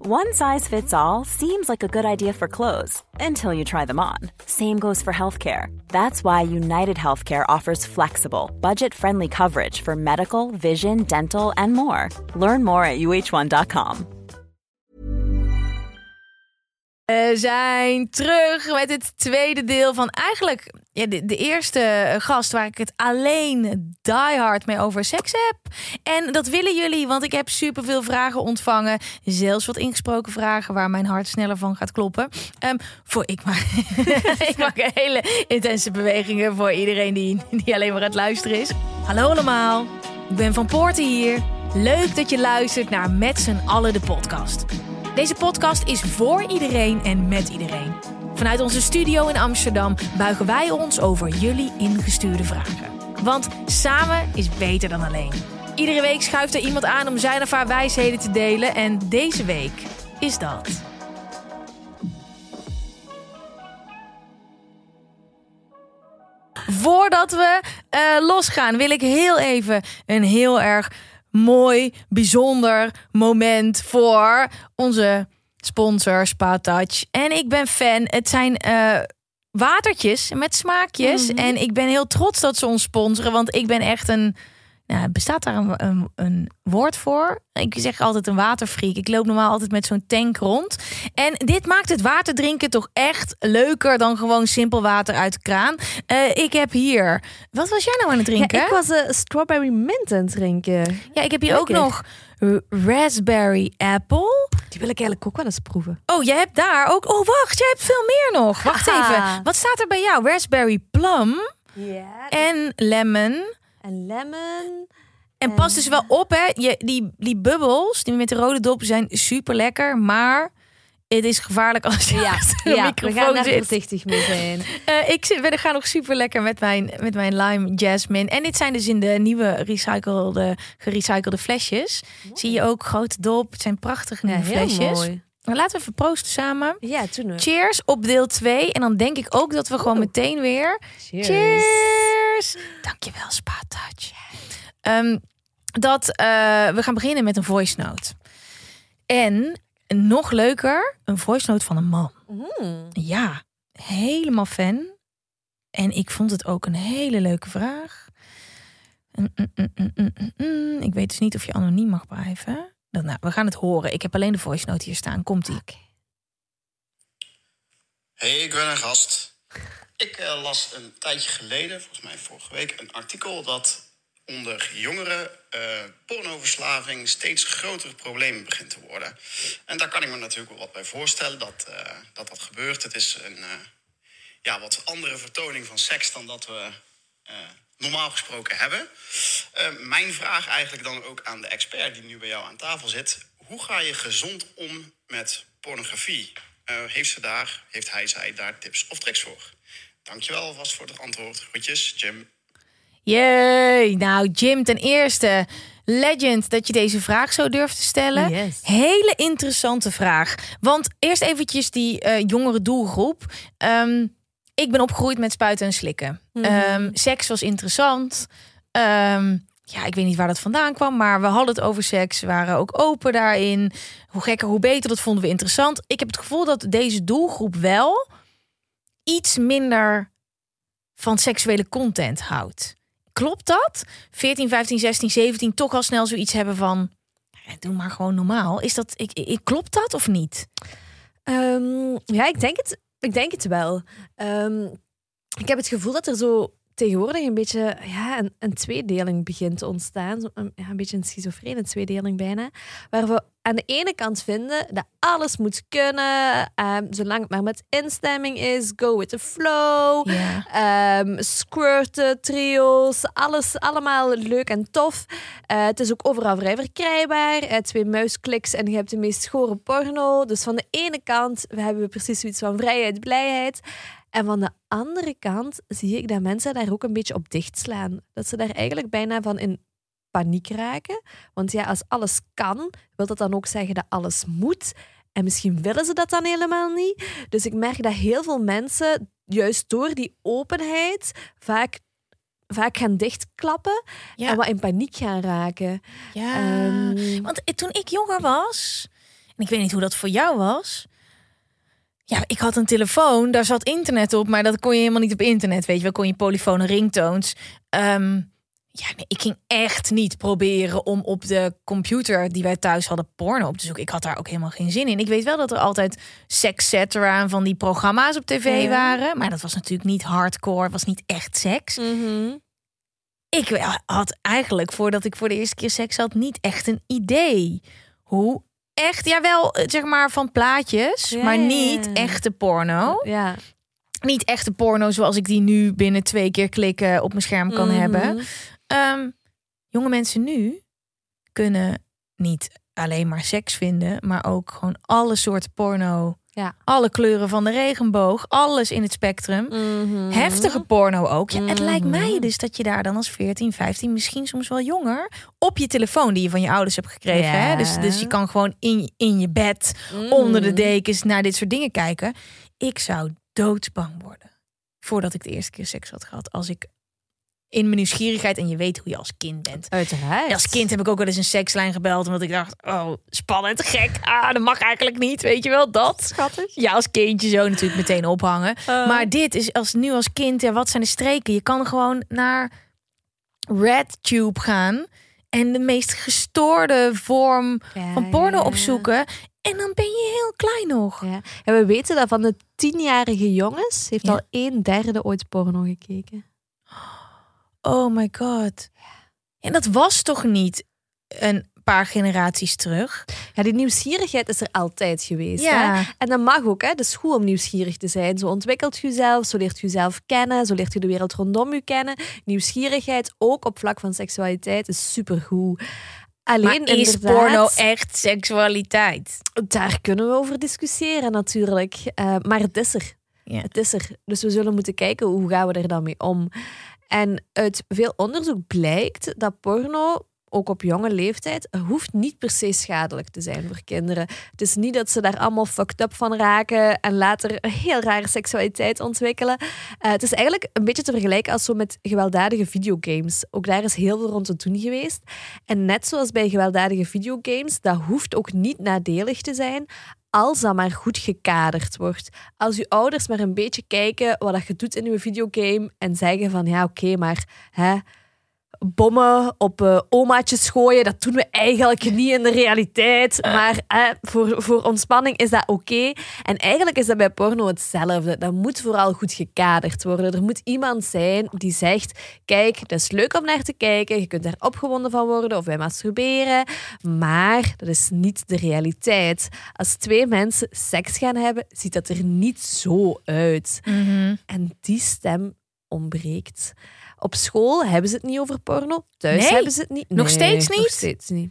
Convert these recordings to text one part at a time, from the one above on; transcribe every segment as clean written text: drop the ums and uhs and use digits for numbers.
One size fits all seems like a good idea for clothes until you try them on. Same goes for healthcare. That's why United Healthcare offers flexible, budget-friendly coverage for medical, vision, dental, and more. Learn more at uh1.com. We zijn terug met het tweede deel van eigenlijk de eerste gast waar ik het alleen diehard mee over seks heb. En dat willen jullie, want ik heb superveel vragen ontvangen. Zelfs wat ingesproken vragen waar mijn hart sneller van gaat kloppen. Ik maak hele intense bewegingen voor iedereen die alleen maar aan het luisteren is. Hallo allemaal, ik ben Van Poorten hier. Leuk dat je luistert naar Met z'n allen de podcast. Deze podcast is voor iedereen en met iedereen. Vanuit onze studio in Amsterdam buigen wij ons over jullie ingestuurde vragen. Want samen is beter dan alleen. Iedere week schuift er iemand aan om zijn of haar wijsheden te delen. En deze week is dat. Voordat we losgaan wil ik heel even een heel erg mooi, bijzonder moment voor onze sponsor Spa Touch. En ik ben fan. Het zijn watertjes met smaakjes. Mm-hmm. En ik ben heel trots dat ze ons sponsoren. Want ik ben echt een... bestaat daar een woord voor? Ik zeg altijd een waterfreak. Ik loop normaal altijd met zo'n tank rond. En dit maakt het water drinken toch echt leuker dan gewoon simpel water uit de kraan. Ik heb hier... Wat was jij nou aan het drinken? Ja, ik was strawberry mint aan het drinken. Ja, ik heb hier ook nog raspberry apple. Die wil ik eigenlijk ook wel eens proeven. Oh, jij hebt daar ook... Oh, wacht, jij hebt veel meer nog. Wacht even. Wat staat er bij jou? Raspberry plum en lemon... En lemon. En pas dus wel op, hè. Die bubbels, die met de rode dop, zijn super lekker. Maar het is gevaarlijk als je de microfoon we gaan daar zit. voorzichtig mee zijn. We gaan nog super lekker met mijn lime jasmine. En dit zijn dus in de nieuwe gerecyclede flesjes. Mooi. Zie je ook grote dop. Het zijn prachtige nieuwe flesjes. Mooi. Nou, laten we even proosten samen. Ja, toen ook. Cheers op deel 2. En dan denk ik ook dat we gewoon meteen weer... Cheers! Dankjewel, Spa Touch. We gaan beginnen met een voice note. En nog leuker, een voice note van een man. Ja, helemaal fan. En ik vond het ook een hele leuke vraag. Ik weet dus niet of je anoniem mag blijven. Nou, we gaan het horen. Ik heb alleen de voice note hier staan. Komt-ie. Okay. Hey, ik ben een gast. Ik las een tijdje geleden, volgens mij vorige week, een artikel dat onder jongeren pornoverslaving steeds grotere problemen begint te worden. En daar kan ik me natuurlijk wel wat bij voorstellen dat gebeurt. Het is een wat andere vertoning van seks dan dat we normaal gesproken hebben. Mijn vraag eigenlijk dan ook aan de expert die nu bij jou aan tafel zit. Hoe ga je gezond om met pornografie? Heeft hij daar tips of tricks voor? Dankjewel alvast voor het antwoord. Groetjes, Jim. Jee, nou Jim, ten eerste legend dat je deze vraag zo durft te stellen. Yes. Hele interessante vraag. Want eerst eventjes die jongere doelgroep. Ik ben opgegroeid met spuiten en slikken. Seks was interessant. Ik weet niet waar dat vandaan kwam, maar we hadden het over seks. We waren ook open daarin. Hoe gekker, hoe beter, dat vonden we interessant. Ik heb het gevoel dat deze doelgroep wel iets minder van seksuele content houdt. Klopt dat? 14, 15, 16, 17 toch al snel zoiets hebben van... doe maar gewoon normaal. Is dat, klopt dat of niet? Ik denk het wel. Ik heb het gevoel dat er zo tegenwoordig een beetje een tweedeling begint te ontstaan. Een beetje een schizofrene tweedeling bijna. Waar we aan de ene kant vinden dat alles moet kunnen. Zolang het maar met instemming is. Go with the flow. Yeah. Squirten, trio's. Alles allemaal leuk en tof. Het is ook overal vrij verkrijgbaar. 2 muiskliks en je hebt de meest schore porno. Dus van de ene kant hebben we precies zoiets van vrijheid, blijheid. En van de andere kant zie ik dat mensen daar ook een beetje op dichtslaan. Dat ze daar eigenlijk bijna van in paniek raken. Want ja, als alles kan, wil dat dan ook zeggen dat alles moet. En misschien willen ze dat dan helemaal niet. Dus ik merk dat heel veel mensen, juist door die openheid, vaak gaan dichtklappen en wat in paniek gaan raken. Ja, want toen ik jonger was... En ik weet niet hoe dat voor jou was. Ja, ik had een telefoon, daar zat internet op, maar dat kon je helemaal niet op internet. Weet je wel, kon je polyfone ringtones. Ik ging echt niet proberen om op de computer die wij thuis hadden porno op te zoeken. Ik had daar ook helemaal geen zin in. Ik weet wel dat er altijd Sexcetera en van die programma's op tv waren. Maar dat was natuurlijk niet hardcore, was niet echt seks. Mhm. Ik had eigenlijk, voordat ik voor de eerste keer seks had, niet echt een idee. Hoe echt, jawel, zeg maar van plaatjes, maar niet echte porno. Ja. Niet echte porno zoals ik die nu binnen 2 keer klikken op mijn scherm kan hebben. Jonge mensen nu kunnen niet alleen maar seks vinden, maar ook gewoon alle soorten porno. Ja. Alle kleuren van de regenboog, alles in het spectrum. Heftige porno ook. Ja, het lijkt mij dus dat je daar dan als 14, 15, misschien soms wel jonger, op je telefoon die je van je ouders hebt gekregen. Ja. Hè? Dus je kan gewoon in je bed, onder de dekens, naar dit soort dingen kijken. Ik zou doodsbang worden voordat ik de eerste keer seks had gehad. Als ik in mijn nieuwsgierigheid, en je weet hoe je als kind bent. Uiteraard. Ja, als kind heb ik ook wel eens een sekslijn gebeld, omdat ik dacht, oh, spannend, gek. Dat mag eigenlijk niet, weet je wel, dat. Schattig. Ja, als kindje zo natuurlijk meteen ophangen. Maar dit is nu als kind, ja, wat zijn de streken? Je kan gewoon naar RedTube gaan en de meest gestoorde vorm van porno opzoeken. En dan ben je heel klein nog. Ja. En we weten dat van de 10-jarige jongens heeft al 1/3 ooit porno gekeken. Oh my god. En dat was toch niet een paar generaties terug? Ja, die nieuwsgierigheid is er altijd geweest. Ja. Hè? En dat mag ook. Hè? Het is goed om nieuwsgierig te zijn. Zo ontwikkelt je jezelf, zo leert je jezelf kennen, zo leert je de wereld rondom je kennen. Nieuwsgierigheid, ook op vlak van seksualiteit, is supergoed. Alleen maar is porno echt seksualiteit? Daar kunnen we over discussiëren natuurlijk. Maar het is er. Ja. Het is er. Dus we zullen moeten kijken, hoe gaan we er dan mee om? En uit veel onderzoek blijkt dat porno, ook op jonge leeftijd, hoeft niet per se schadelijk te zijn voor kinderen. Het is niet dat ze daar allemaal fucked up van raken en later een heel rare seksualiteit ontwikkelen. Het is eigenlijk een beetje te vergelijken als zo met gewelddadige videogames. Ook daar is heel veel rond te doen geweest. En net zoals bij gewelddadige videogames, dat hoeft ook niet nadelig te zijn, als dat maar goed gekaderd wordt. Als je ouders maar een beetje kijken wat dat je doet in je videogame en zeggen van ja, oké, maar bommen op omaatjes gooien, dat doen we eigenlijk niet in de realiteit. Maar voor ontspanning is dat oké. En eigenlijk is dat bij porno hetzelfde. Dat moet vooral goed gekaderd worden. Er moet iemand zijn die zegt, kijk, dat is leuk om naar te kijken. Je kunt daar opgewonden van worden of bij masturberen. Maar dat is niet de realiteit. Als 2 mensen seks gaan hebben, ziet dat er niet zo uit. En die stem ontbreekt. Op school hebben ze het niet over porno. Thuis hebben ze het niet. Nog steeds niet? Nog steeds niet.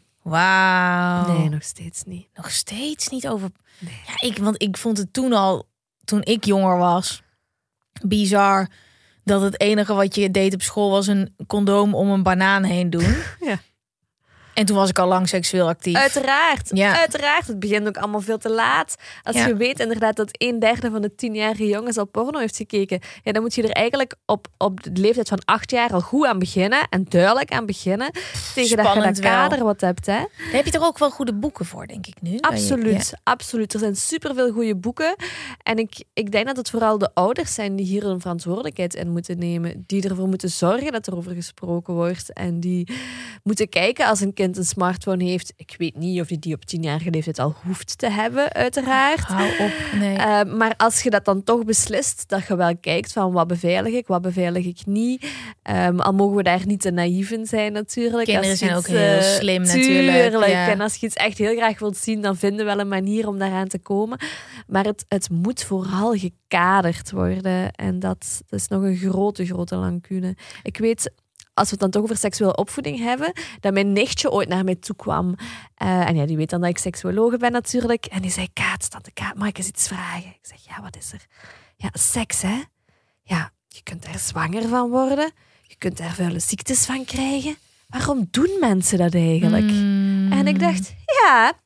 Wauw. Nee, nog steeds niet. Nog steeds niet over... Nee. Ja, want ik vond het toen ik jonger was, bizar dat het enige wat je deed op school was een condoom om een banaan heen doen. Ja. En toen was ik al lang seksueel actief. Uiteraard. Het begint ook allemaal veel te laat. Als je weet inderdaad dat 1/3 van de 10-jarige jongens al porno heeft gekeken, ja, dan moet je er eigenlijk op de leeftijd van 8 jaar al goed aan beginnen en duidelijk aan beginnen. Tegen Spannend dat je dat kader wat hebt. Hè. Daar heb je toch ook wel goede boeken voor, denk ik nu? Absoluut, absoluut. Er zijn superveel goede boeken. En ik denk dat het vooral de ouders zijn die hier een verantwoordelijkheid in moeten nemen. Die ervoor moeten zorgen dat er over gesproken wordt. En die moeten kijken als een kind een smartphone heeft. Ik weet niet of die op 10-jarige leeftijd al hoeft te hebben, uiteraard. Hou op, nee. Maar als je dat dan toch beslist, dat je wel kijkt van wat beveilig ik niet. Al mogen we daar niet te naïef in zijn natuurlijk. Kinderen zijn ook heel slim natuurlijk. Ja. En als je iets echt heel graag wilt zien, dan vinden we wel een manier om daaraan te komen. Maar het moet vooral gekaderd worden. En dat is nog een grote lacune. Ik weet, als we het dan toch over seksuele opvoeding hebben, dat mijn nichtje ooit naar mij toe kwam. En ja, die weet dan dat ik seksuologe ben natuurlijk. En die zei, Tante Kaat, mag ik eens iets vragen? Ik zeg, ja, wat is er? Ja, seks, hè? Ja, je kunt daar zwanger van worden. Je kunt daar vuile ziektes van krijgen. Waarom doen mensen dat eigenlijk? En ik dacht, ja,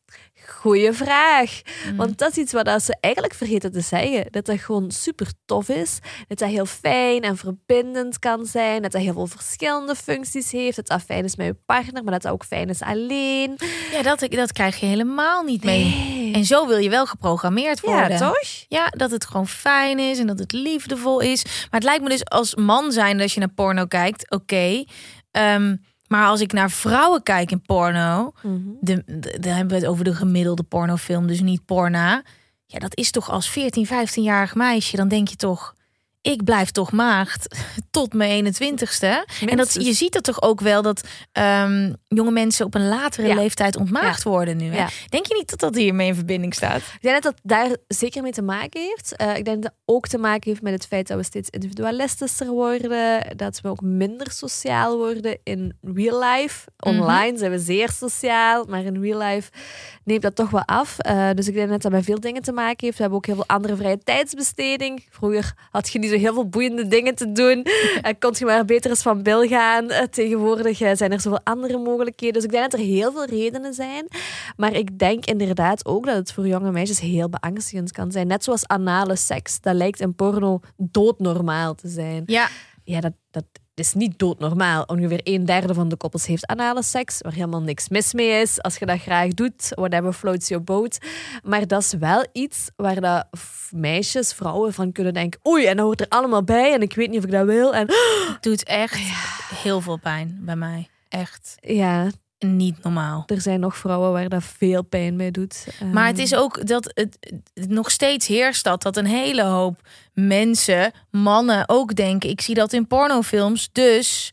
Goeie vraag. Want dat is iets wat ze eigenlijk vergeten te zeggen. Dat gewoon super tof is. Dat dat heel fijn en verbindend kan zijn. Dat dat heel veel verschillende functies heeft. Dat dat fijn is met je partner, maar dat dat ook fijn is alleen. Ja, dat krijg je helemaal niet mee. Nee. En zo wil je wel geprogrammeerd worden. Ja, toch? Ja, dat het gewoon fijn is en dat het liefdevol is. Maar het lijkt me dus als man zijn als je naar porno kijkt, oké. Maar als ik naar vrouwen kijk in porno, dan hebben we het over de gemiddelde pornofilm, dus niet porna. Ja, dat is toch als 14, 15-jarig meisje, dan denk je toch, ik blijf toch maagd tot mijn 21ste. En je ziet dat toch ook wel dat jonge mensen op een latere leeftijd ontmaagd worden nu. Hè? Ja. Denk je niet dat dat hiermee in verbinding staat? Ik denk dat daar zeker mee te maken heeft. Ik denk dat het ook te maken heeft met het feit dat we steeds individualistischer worden. Dat we ook minder sociaal worden in real life. Online zijn we zeer sociaal, maar in real life neemt dat toch wel af. Dus ik denk dat dat met veel dingen te maken heeft. We hebben ook heel veel andere vrije tijdsbesteding. Vroeger had je niet zo heel veel boeiende dingen te doen. Kon je maar beter eens van bil gaan. Tegenwoordig zijn er zoveel andere mogelijkheden. Dus ik denk dat er heel veel redenen zijn. Maar ik denk inderdaad ook dat het voor jonge meisjes heel beangstigend kan zijn. Net zoals anale seks. Dat lijkt in porno doodnormaal te zijn. Ja, dat is niet doodnormaal. Ongeveer 1/3 van de koppels heeft anale seks, waar helemaal niks mis mee is. Als je dat graag doet, whatever floats your boat. Maar dat is wel iets waar dat meisjes, vrouwen van kunnen denken, oei, en dat hoort er allemaal bij en ik weet niet of ik dat wil. En Het doet echt heel veel pijn bij mij. Echt. ja, Niet normaal. er zijn nog vrouwen waar dat veel pijn bij doet. Maar het is ook dat het nog steeds heerst dat een hele hoop mensen, mannen ook denken, ik zie dat in pornofilms, dus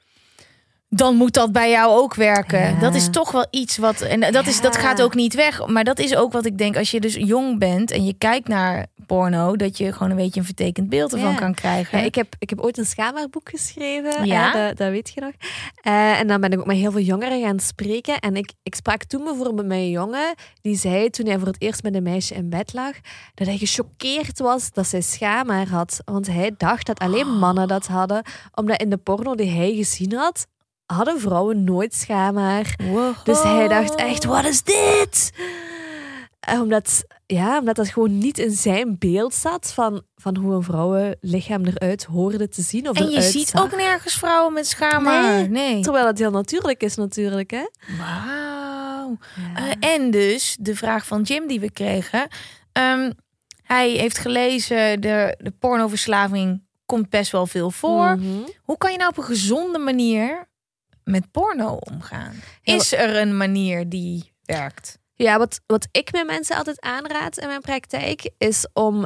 dan moet dat bij jou ook werken. Ja. Dat is toch wel iets wat, en dat gaat ook niet weg. Maar dat is ook wat ik denk, als je dus jong bent en je kijkt naar porno, dat je gewoon een beetje een vertekend beeld ervan kan krijgen. Ja, ik heb ooit een schaamhaarboek geschreven. Ja? Dat weet je nog. En dan ben ik ook met heel veel jongeren gaan spreken. En ik sprak toen bijvoorbeeld met een jongen die zei, toen hij voor het eerst met een meisje in bed lag, dat hij gechoqueerd was dat zij schaamhaar had. Want hij dacht dat alleen mannen dat hadden. Omdat in de porno die hij gezien had, hadden vrouwen nooit schaamhaar. Wow. Dus hij dacht echt, wat is dit? Omdat dat gewoon niet in zijn beeld zat van hoe een vrouwenlichaam eruit hoorde te zien. Of En je eruit ziet zag. ook nergens vrouwen met schaamhaar. Nee. Terwijl het heel natuurlijk is natuurlijk. Hè? Wauw. Ja. En dus de vraag van Jim die we kregen. Hij heeft gelezen, de pornoverslaving komt best wel veel voor. Hoe kan je nou op een gezonde manier met porno omgaan? Is er een manier die werkt? Ja, wat ik met mensen altijd aanraad in mijn praktijk is om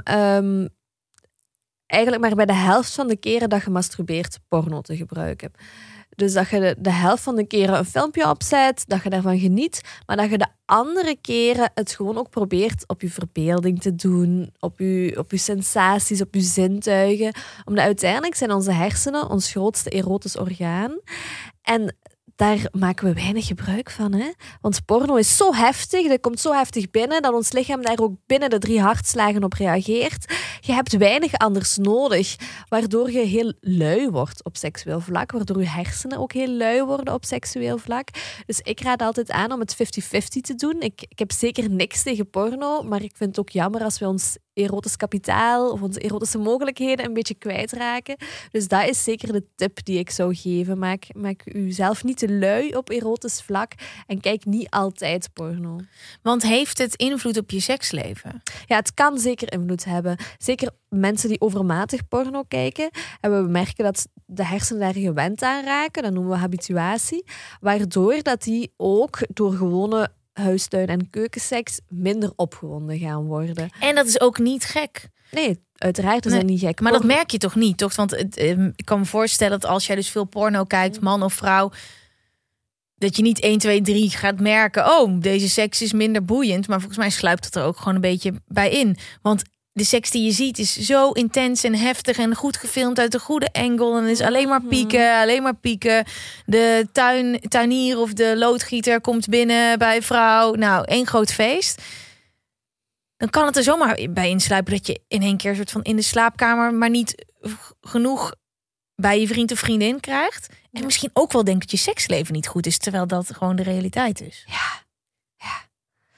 eigenlijk maar bij de helft van de keren dat je masturbeert porno te gebruiken. Dus dat je de helft van de keren een filmpje opzet, dat je daarvan geniet, maar dat je de andere keren het gewoon ook probeert op je verbeelding te doen, op je sensaties, op je zintuigen. Omdat uiteindelijk zijn onze hersenen ons grootste erotisch orgaan. En daar maken we weinig gebruik van. Hè? Want porno is zo heftig, dat komt zo heftig binnen, dat ons lichaam daar ook binnen de 3 hartslagen op reageert. Je hebt weinig anders nodig, waardoor je heel lui wordt op seksueel vlak, waardoor je hersenen ook heel lui worden op seksueel vlak. Dus ik raad altijd aan om het 50-50 te doen. Ik heb zeker niks tegen porno, maar ik vind het ook jammer als we ons erotisch kapitaal of onze erotische mogelijkheden een beetje kwijtraken. Dus dat is zeker de tip die ik zou geven. Maak uzelf niet te lui op erotisch vlak en kijk niet altijd porno. Want heeft het invloed op je seksleven? Ja, het kan zeker invloed hebben. Zeker mensen die overmatig porno kijken. En we merken dat de hersenen daar gewend aan raken. Dat noemen we habituatie. Waardoor dat die ook door gewone huistuin- en keukenseks minder opgewonden gaan worden. En dat is ook niet gek. Nee, uiteraard is dat niet gek. Maar dat merk je toch niet, toch? Want ik kan me voorstellen dat als jij dus veel porno kijkt, man of vrouw, dat je niet 1, 2, 3 gaat merken, oh, deze seks is minder boeiend. Maar volgens mij sluipt het er ook gewoon een beetje bij in. Want de seks die je ziet is zo intens en heftig en goed gefilmd uit de goede angle. En het is alleen maar pieken, alleen maar pieken. De tuinier of de loodgieter komt binnen bij een vrouw. Nou, 1 groot feest. Dan kan het er zomaar bij insluipen dat je in één keer soort van in de slaapkamer maar niet genoeg bij je vriend of vriendin krijgt. En misschien ook wel denkt dat je seksleven niet goed is, terwijl dat gewoon de realiteit is.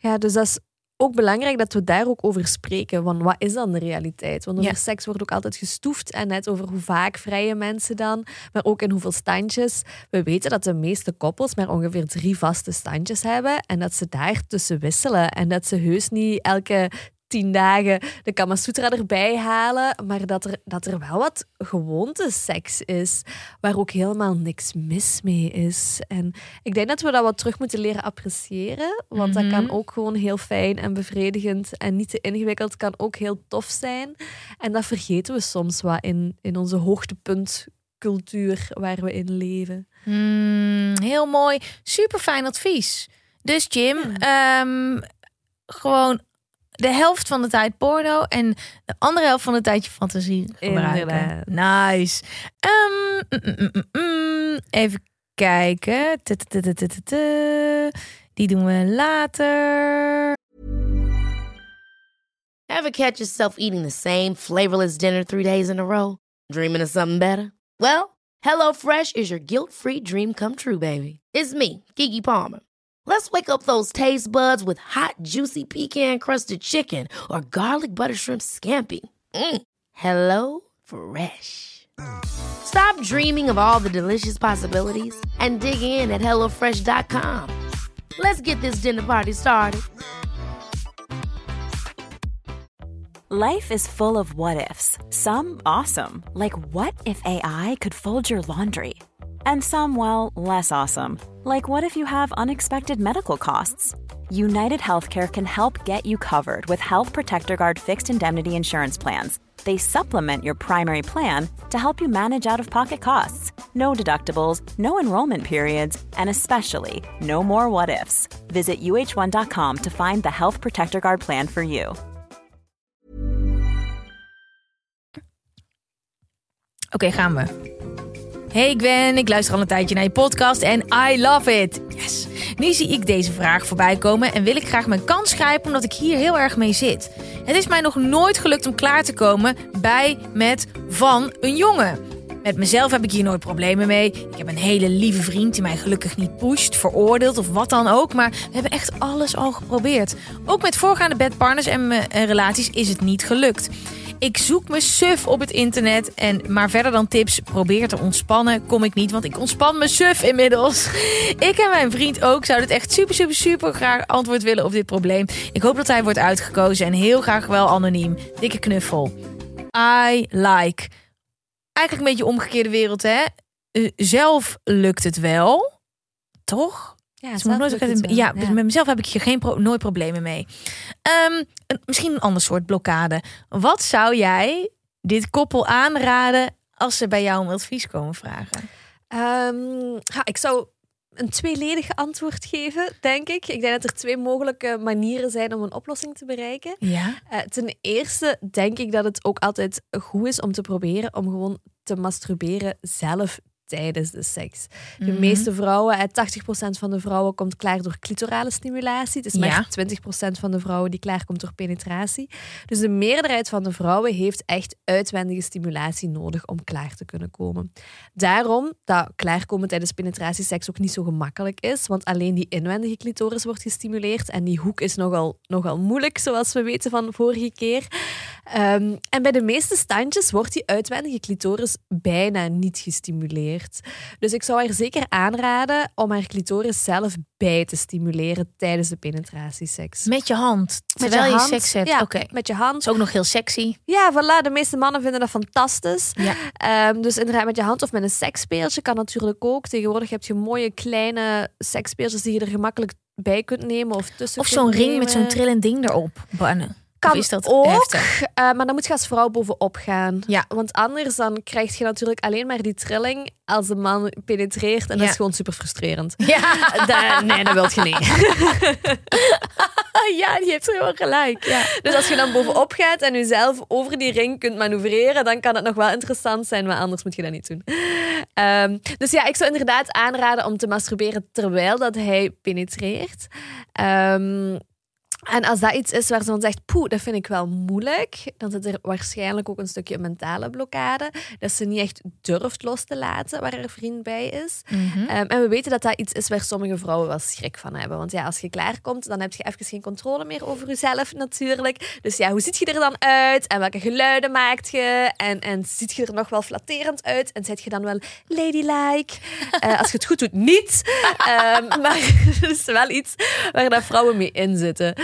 Ja, dus dat is ook belangrijk dat we daar ook over spreken. Want wat is dan de realiteit? Want over Ja. seks wordt ook altijd gestoefd. En net over hoe vaak vrijen mensen dan. Maar ook in hoeveel standjes. We weten dat de meeste koppels maar ongeveer 3 vaste standjes hebben. En dat ze daar tussen wisselen. En dat ze heus niet elke 10 dagen de Kama Sutra erbij halen. Maar dat er wel wat gewoonte seks is. Waar ook helemaal niks mis mee is. En ik denk dat we dat wat terug moeten leren appreciëren. Want dat kan ook gewoon heel fijn en bevredigend. En niet te ingewikkeld. Kan ook heel tof zijn. En dat vergeten we soms wat in onze hoogtepuntcultuur waar we in leven. Heel mooi. Super fijn advies. Dus Jim, gewoon de helft van de tijd porno en de andere helft van de tijd je fantasie gebruiken. Inderdaad. Nice. Even kijken. Die doen we later. Ever catch yourself eating the same flavorless dinner 3 days in a row? Dreaming of something better? Well, HelloFresh is your guilt-free dream come true, baby. It's me, Keke Palmer. Let's wake up those taste buds with hot, juicy pecan-crusted chicken or garlic butter shrimp scampi. Hello Fresh. Stop dreaming of all the delicious possibilities and dig in at HelloFresh.com. Let's get this dinner party started. Life is full of what-ifs. Some awesome, like what if AI could fold your laundry? And some, well, less awesome, like what if you have unexpected medical costs? United Healthcare can help get you covered with Health Protector Guard fixed indemnity insurance plans. They supplement your primary plan to help you manage out-of-pocket costs. No deductibles, no enrollment periods, and especially no more what-ifs. Visit uh1.com to find the Health Protector Guard plan for you. Oké, gaan we. Hey Gwen, ik luister al een tijdje naar je podcast en I love it. Yes. Nu zie ik deze vraag voorbij komen en wil ik graag mijn kans grijpen omdat ik hier heel erg mee zit. Het is mij nog nooit gelukt om klaar te komen bij, met, van een jongen. Met mezelf heb ik hier nooit problemen mee. Ik heb een hele lieve vriend die mij gelukkig niet pusht, veroordeelt of wat dan ook. Maar we hebben echt alles al geprobeerd. Ook met voorgaande bedpartners en relaties is het niet gelukt. Ik zoek me suf op het internet. Maar verder dan tips, probeer te ontspannen, kom ik niet. Want ik ontspan me suf inmiddels. Ik en mijn vriend ook zouden het echt super graag antwoord willen op dit probleem. Ik hoop dat hij wordt uitgekozen en heel graag wel anoniem. Dikke knuffel. I like. Eigenlijk een beetje omgekeerde wereld, hè? Zelf lukt het wel. Toch? Ja, Dus zelf lukt het wel. ja, met mezelf heb ik hier nooit problemen mee. Misschien een ander soort blokkade. Wat zou jij dit koppel aanraden als ze bij jou om advies komen vragen? Ik zou een tweeledig antwoord geven, denk ik. Ik denk dat er 2 mogelijke manieren zijn om een oplossing te bereiken. Ja. Ten eerste denk ik dat het ook altijd goed is om te proberen om gewoon te masturberen zelf tijdens de seks. De meeste vrouwen, 80% van de vrouwen komt klaar door clitorale stimulatie. Het is maar 20% van de vrouwen die klaarkomt door penetratie. Dus de meerderheid van de vrouwen heeft echt uitwendige stimulatie nodig om klaar te kunnen komen. Daarom dat klaarkomen tijdens penetratieseks ook niet zo gemakkelijk is, want alleen die inwendige clitoris wordt gestimuleerd en die hoek is nogal moeilijk, zoals we weten van vorige keer. En bij de meeste standjes wordt die uitwendige clitoris bijna niet gestimuleerd. Dus ik zou haar zeker aanraden om haar clitoris zelf bij te stimuleren tijdens de penetratieseks. Met je hand, terwijl je seks hebt. Ja, Oké. met je hand. Dat is ook nog heel sexy. Ja, voilà. De meeste mannen vinden dat fantastisch. Ja. Dus inderdaad met je hand of met een seksspeeltje kan natuurlijk ook. Tegenwoordig heb je mooie kleine seksspeeltjes die je er gemakkelijk bij kunt nemen of tussen Of kunt zo'n ring nemen. met zo'n trillend ding erop. Bannen. Kan Of is dat ook, heftig? maar dan moet je als vrouw bovenop gaan. Ja. Want anders dan krijg je natuurlijk alleen maar die trilling als de man penetreert. En dat is gewoon super frustrerend. Ja. Nee, dat wil je niet. Ja, die heeft helemaal gelijk. Ja. Dus als je dan bovenop gaat en jezelf over die ring kunt manoeuvreren, dan kan het nog wel interessant zijn, maar anders moet je dat niet doen. Dus ja, ik zou inderdaad aanraden om te masturberen terwijl dat hij penetreert. En als dat iets is waar ze dan zegt, poeh, dat vind ik wel moeilijk, dan zit er waarschijnlijk ook een stukje mentale blokkade. Dat ze niet echt durft los te laten waar haar vriend bij is. En we weten dat dat iets is waar sommige vrouwen wel schrik van hebben. Want ja, als je klaarkomt, dan heb je even geen controle meer over jezelf natuurlijk. Dus ja, hoe ziet je er dan uit? En welke geluiden maakt je? En ziet je er nog wel flatterend uit? En zit je dan wel ladylike? Als je het goed doet, niet. Maar het is wel iets waar dat vrouwen mee inzitten.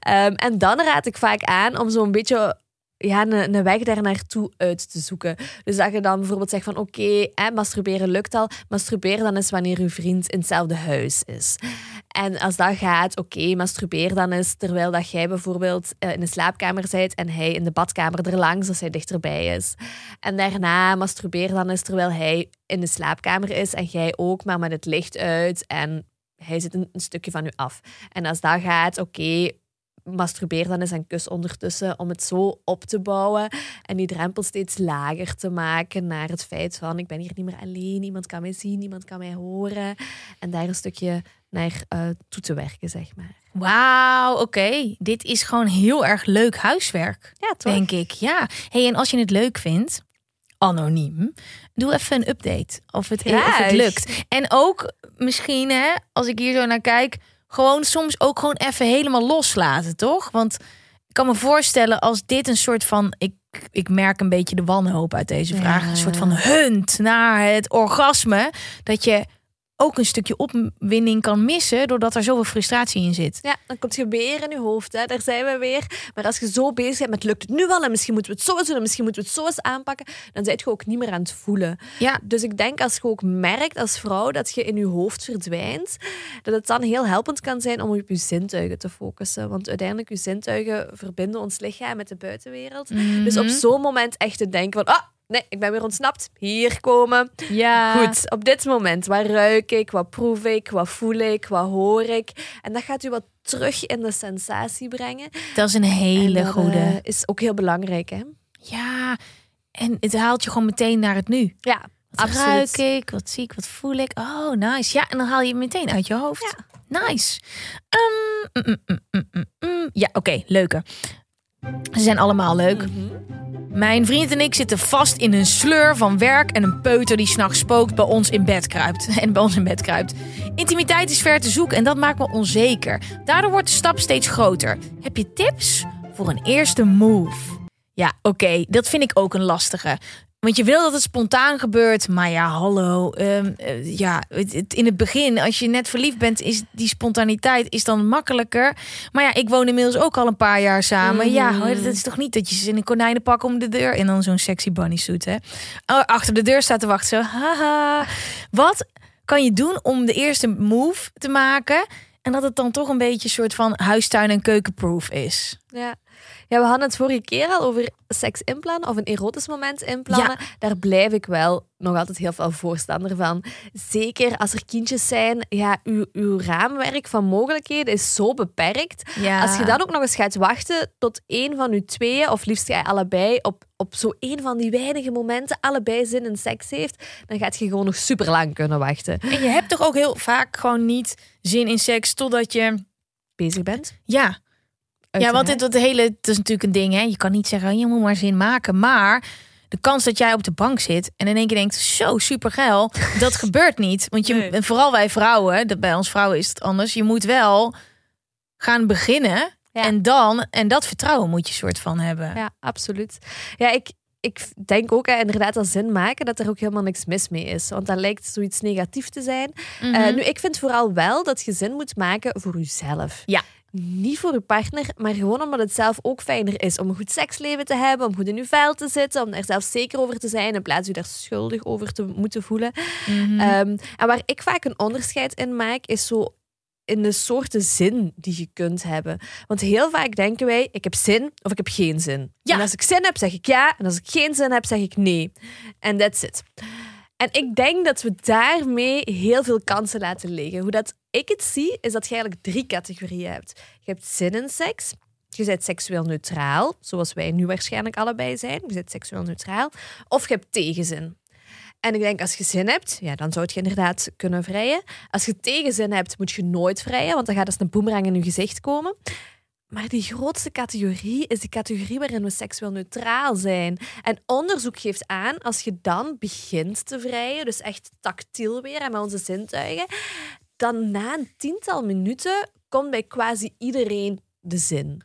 En dan raad ik vaak aan om zo'n beetje een weg daar naartoe uit te zoeken. Dus dat je dan bijvoorbeeld zegt van oké, masturberen lukt al. Masturbeer dan eens wanneer je vriend in hetzelfde huis is. En als dat gaat, oké, masturbeer dan eens terwijl dat jij bijvoorbeeld in de slaapkamer bent en hij in de badkamer erlangs als hij dichterbij is. En daarna masturbeer dan eens terwijl hij in de slaapkamer is en jij ook, maar met het licht uit en hij zit een stukje van u af. En als dat gaat, oké, masturbeer dan eens en kus ondertussen om het zo op te bouwen en die drempel steeds lager te maken naar het feit van ik ben hier niet meer alleen, niemand kan mij zien, niemand kan mij horen. En daar een stukje naar toe te werken, zeg maar. Wauw, oké. Dit is gewoon heel erg leuk huiswerk, Ja, toch? denk ik. Ja. Hey, en als je het leuk vindt, anoniem, doe even een update of het lukt. En ook misschien, als ik hier zo naar kijk, gewoon soms ook gewoon even helemaal loslaten, toch? Want ik kan me voorstellen als dit een soort van, ik merk een beetje de wanhoop uit deze vraag, een soort van hunt naar het orgasme, dat je ook een stukje opwinding kan missen doordat er zoveel frustratie in zit. Ja, dan komt je weer in je hoofd. Hè. Daar zijn we weer. Maar als je zo bezig bent met lukt het nu wel en misschien moeten we het zo eens doen en misschien moeten we het zo eens aanpakken, dan ben je ook niet meer aan het voelen. Ja. Dus ik denk als je ook merkt als vrouw dat je in je hoofd verdwijnt, dat het dan heel helpend kan zijn om op je zintuigen te focussen. Want uiteindelijk, je zintuigen verbinden ons lichaam met de buitenwereld. Dus op zo'n moment echt te denken van nee, ik ben weer ontsnapt. Hier komen. Ja. Goed, op dit moment. Wat ruik ik? Wat proef ik? Wat voel ik? Wat hoor ik? En dat gaat u wat terug in de sensatie brengen. Dat is een hele goede. Is ook heel belangrijk, hè? Ja, en het haalt je gewoon meteen naar het nu. Ja, Wat absoluut. ruik ik? Wat zie ik? Wat voel ik? Oh, nice. Ja, en dan haal je het meteen uit je hoofd. Ja. Nice. Ja, oké, leuke. Ze zijn allemaal leuk. Mijn vriend en ik zitten vast in een sleur van werk en een peuter die 's nachts spookt bij ons in bed kruipt. Intimiteit is ver te zoeken en dat maakt me onzeker. Daardoor wordt de stap steeds groter. Heb je tips voor een eerste move? Ja, oké, dat vind ik ook een lastige. Want je wil dat het spontaan gebeurt. Maar ja, hallo. In het begin, als je net verliefd bent, is die spontaniteit is dan makkelijker. Maar ja, ik woon inmiddels ook al een paar jaar samen. Ja, dat is toch niet dat je ze in een konijnenpak om de deur en dan zo'n sexy bunny suit, hè? Achter de deur staat te wachten. Zo, haha. Wat kan je doen om de eerste move te maken en dat het dan toch een beetje een soort van huistuin- en keukenproof is? Ja, we hadden het vorige keer al over seks inplannen of een erotisch moment inplannen. Ja. Daar blijf ik wel nog altijd heel veel voorstander van. Zeker als er kindjes zijn, ja, uw raamwerk van mogelijkheden is zo beperkt. Ja. Als je dan ook nog eens gaat wachten tot één van uw tweeën, of liefst jij allebei, op zo één van die weinige momenten allebei zin in seks heeft, dan gaat je gewoon nog super lang kunnen wachten. En je hebt toch ook heel vaak gewoon niet zin in seks totdat je bezig bent? Ja. Ja, want het is natuurlijk een ding, hè. Je kan niet zeggen, je moet maar zin maken. Maar de kans dat jij op de bank zit en in één keer denkt, zo supergeil, dat gebeurt niet. Want en vooral wij vrouwen, bij ons vrouwen is het anders. Je moet wel gaan beginnen en dat vertrouwen moet je soort van hebben. Ja, absoluut. Ja, ik denk ook inderdaad dat zin maken, dat er ook helemaal niks mis mee is. Want dat lijkt zoiets negatief te zijn. Nu, ik vind vooral wel dat je zin moet maken voor jezelf. Ja. Niet voor je partner, maar gewoon omdat het zelf ook fijner is om een goed seksleven te hebben, om goed in je vel te zitten, om er zelf zeker over te zijn in plaats van je daar schuldig over te moeten voelen. En waar ik vaak een onderscheid in maak, is zo in de soorten zin die je kunt hebben. Want heel vaak denken wij, ik heb zin of ik heb geen zin. Ja. En als ik zin heb, zeg ik ja. En als ik geen zin heb, zeg ik nee. En that's it. En ik denk dat we daarmee heel veel kansen laten liggen. Hoe dat ik het zie, is dat je eigenlijk 3 categorieën hebt. Je hebt zin in seks. Je bent seksueel neutraal, zoals wij nu waarschijnlijk allebei zijn. Je bent seksueel neutraal. Of je hebt tegenzin. En ik denk, als je zin hebt, ja, dan zou je inderdaad kunnen vrijen. Als je tegenzin hebt, moet je nooit vrijen, want dan gaat er een boemerang in je gezicht komen. Maar die grootste categorie is die categorie waarin we seksueel neutraal zijn. En onderzoek geeft aan, als je dan begint te vrijen, dus echt tactiel weer en met onze zintuigen, dan na een 10-tal minuten komt bij quasi iedereen de zin.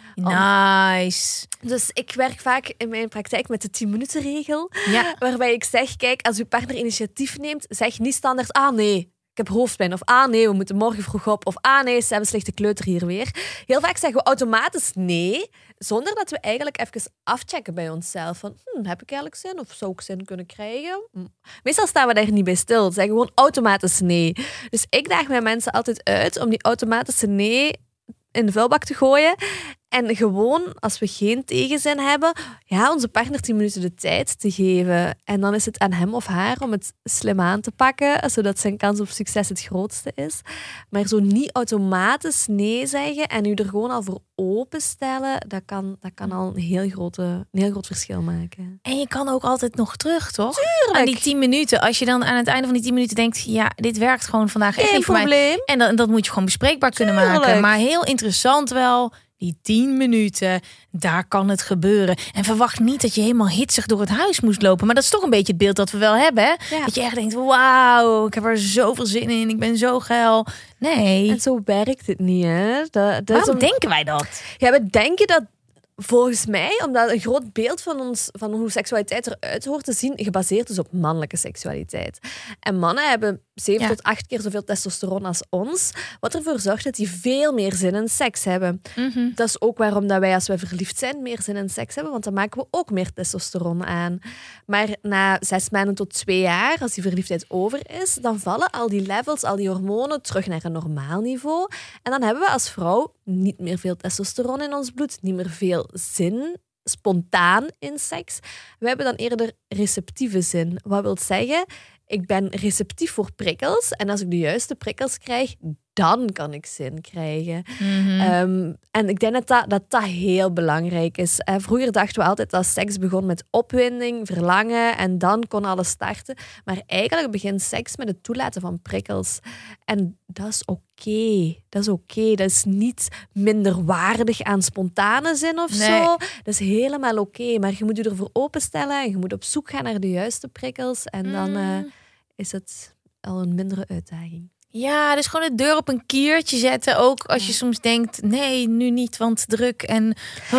Nice. Dus ik werk vaak in mijn praktijk met de 10-minuten-regel. Ja. Waarbij ik zeg, kijk, als uw partner initiatief neemt, zeg niet standaard, nee, ik heb hoofdpijn. Of nee, we moeten morgen vroeg op. Of nee, ze hebben slechte kleuter hier weer. Heel vaak zeggen we automatisch nee, zonder dat we eigenlijk even afchecken bij onszelf. Van, heb ik eigenlijk zin? Of zou ik zin kunnen krijgen? Meestal staan we daar niet bij stil. Ze zeggen gewoon automatisch nee. Dus ik daag mijn mensen altijd uit om die automatische nee in de vuilbak te gooien. En gewoon, als we geen tegenzin hebben, onze partner 10 minuten de tijd te geven. En dan is het aan hem of haar om het slim aan te pakken, zodat zijn kans op succes het grootste is. Maar zo niet automatisch nee zeggen en u er gewoon al voor openstellen, dat kan al een heel groot verschil maken. En je kan ook altijd nog terug, toch? Tuurlijk. Aan die 10 minuten. Als je dan aan het einde van die 10 minuten denkt, dit werkt gewoon vandaag echt niet voor mij. Geen probleem. En dat moet je gewoon bespreekbaar kunnen maken. Maar heel interessant wel. Die 10 minuten, daar kan het gebeuren. En verwacht niet dat je helemaal hitsig door het huis moest lopen. Maar dat is toch een beetje het beeld dat we wel hebben. Hè? Ja. Dat je echt denkt, wauw, ik heb er zoveel zin in. Ik ben zo geil. Nee. En zo werkt het niet, hè? Waarom denken wij dat? Ja, we denken dat volgens mij, omdat een groot beeld van hoe seksualiteit eruit hoort te zien, gebaseerd is op mannelijke seksualiteit. En mannen hebben 7 tot 8 keer zoveel testosteron als ons, wat ervoor zorgt dat die veel meer zin in seks hebben. Mm-hmm. Dat is ook waarom dat wij, als we verliefd zijn, meer zin in seks hebben, want dan maken we ook meer testosteron aan. Maar na 6 maanden tot 2 jaar, als die verliefdheid over is, dan vallen al die levels, al die hormonen terug naar een normaal niveau. En dan hebben we als vrouw niet meer veel testosteron in ons bloed, niet meer veel zin, spontaan in seks. We hebben dan eerder receptieve zin. Wat wil zeggen? Ik ben receptief voor prikkels en als ik de juiste prikkels krijg, dan kan ik zin krijgen. Mm-hmm. En ik denk dat heel belangrijk is. Vroeger dachten we altijd dat seks begon met opwinding, verlangen en dan kon alles starten. Maar eigenlijk begint seks met het toelaten van prikkels. En dat is oké. Dat is oké. Dat is niet minder waardig aan spontane zin of zo. Dat is helemaal oké. Maar je moet je ervoor openstellen en je moet op zoek gaan naar de juiste prikkels. En dan is het al een mindere uitdaging. Ja, dus gewoon de deur op een kiertje zetten. Ook als je soms denkt, nee, nu niet, want druk en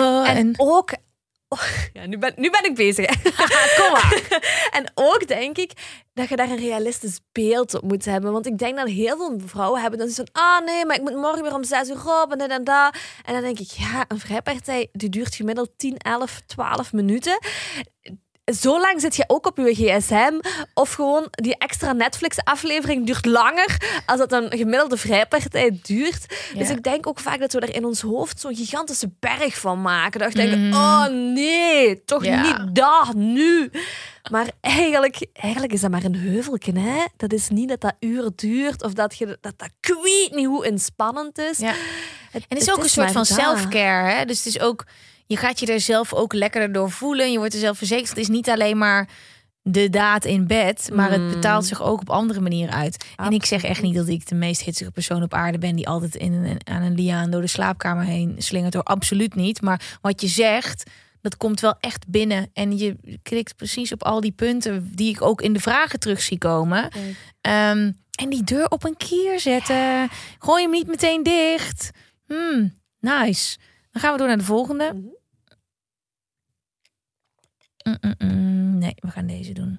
ook... Ja, nu ben ik bezig. Kom maar. En ook denk ik dat je daar een realistisch beeld op moet hebben. Want ik denk dat heel veel vrouwen hebben dan zoiets van, nee, maar ik moet morgen weer om 6 uur op en dit en dat. En dan denk ik, een vrijpartij die duurt gemiddeld 10, 11, 12 minuten. Zo lang zit je ook op je gsm. Of gewoon die extra Netflix-aflevering duurt langer als dat een gemiddelde vrijpartij duurt. Ja. Dus ik denk ook vaak dat we er in ons hoofd zo'n gigantische berg van maken. Dat we denken, oh nee, toch niet dat, nu. Maar eigenlijk is dat maar een heuveltje, hè? Dat is niet dat uren duurt of dat ik weet niet hoe inspannend is. Ja. En het is ook een soort van self-care, hè? Dus het is ook... Je gaat je er zelf ook lekkerder door voelen. Je wordt er zelf verzekerd. Het is niet alleen maar de daad in bed. Maar het betaalt zich ook op andere manieren uit. Absoluut. En ik zeg echt niet dat ik de meest hitsige persoon op aarde ben... die altijd aan een liaan door de slaapkamer heen slingert. Hoor. Absoluut niet. Maar wat je zegt, dat komt wel echt binnen. En je klikt precies op al die punten... die ik ook in de vragen terug zie komen. En die deur op een kier zetten. Gooi hem niet meteen dicht. Nice. Dan gaan we door naar de volgende. Nee, we gaan deze doen.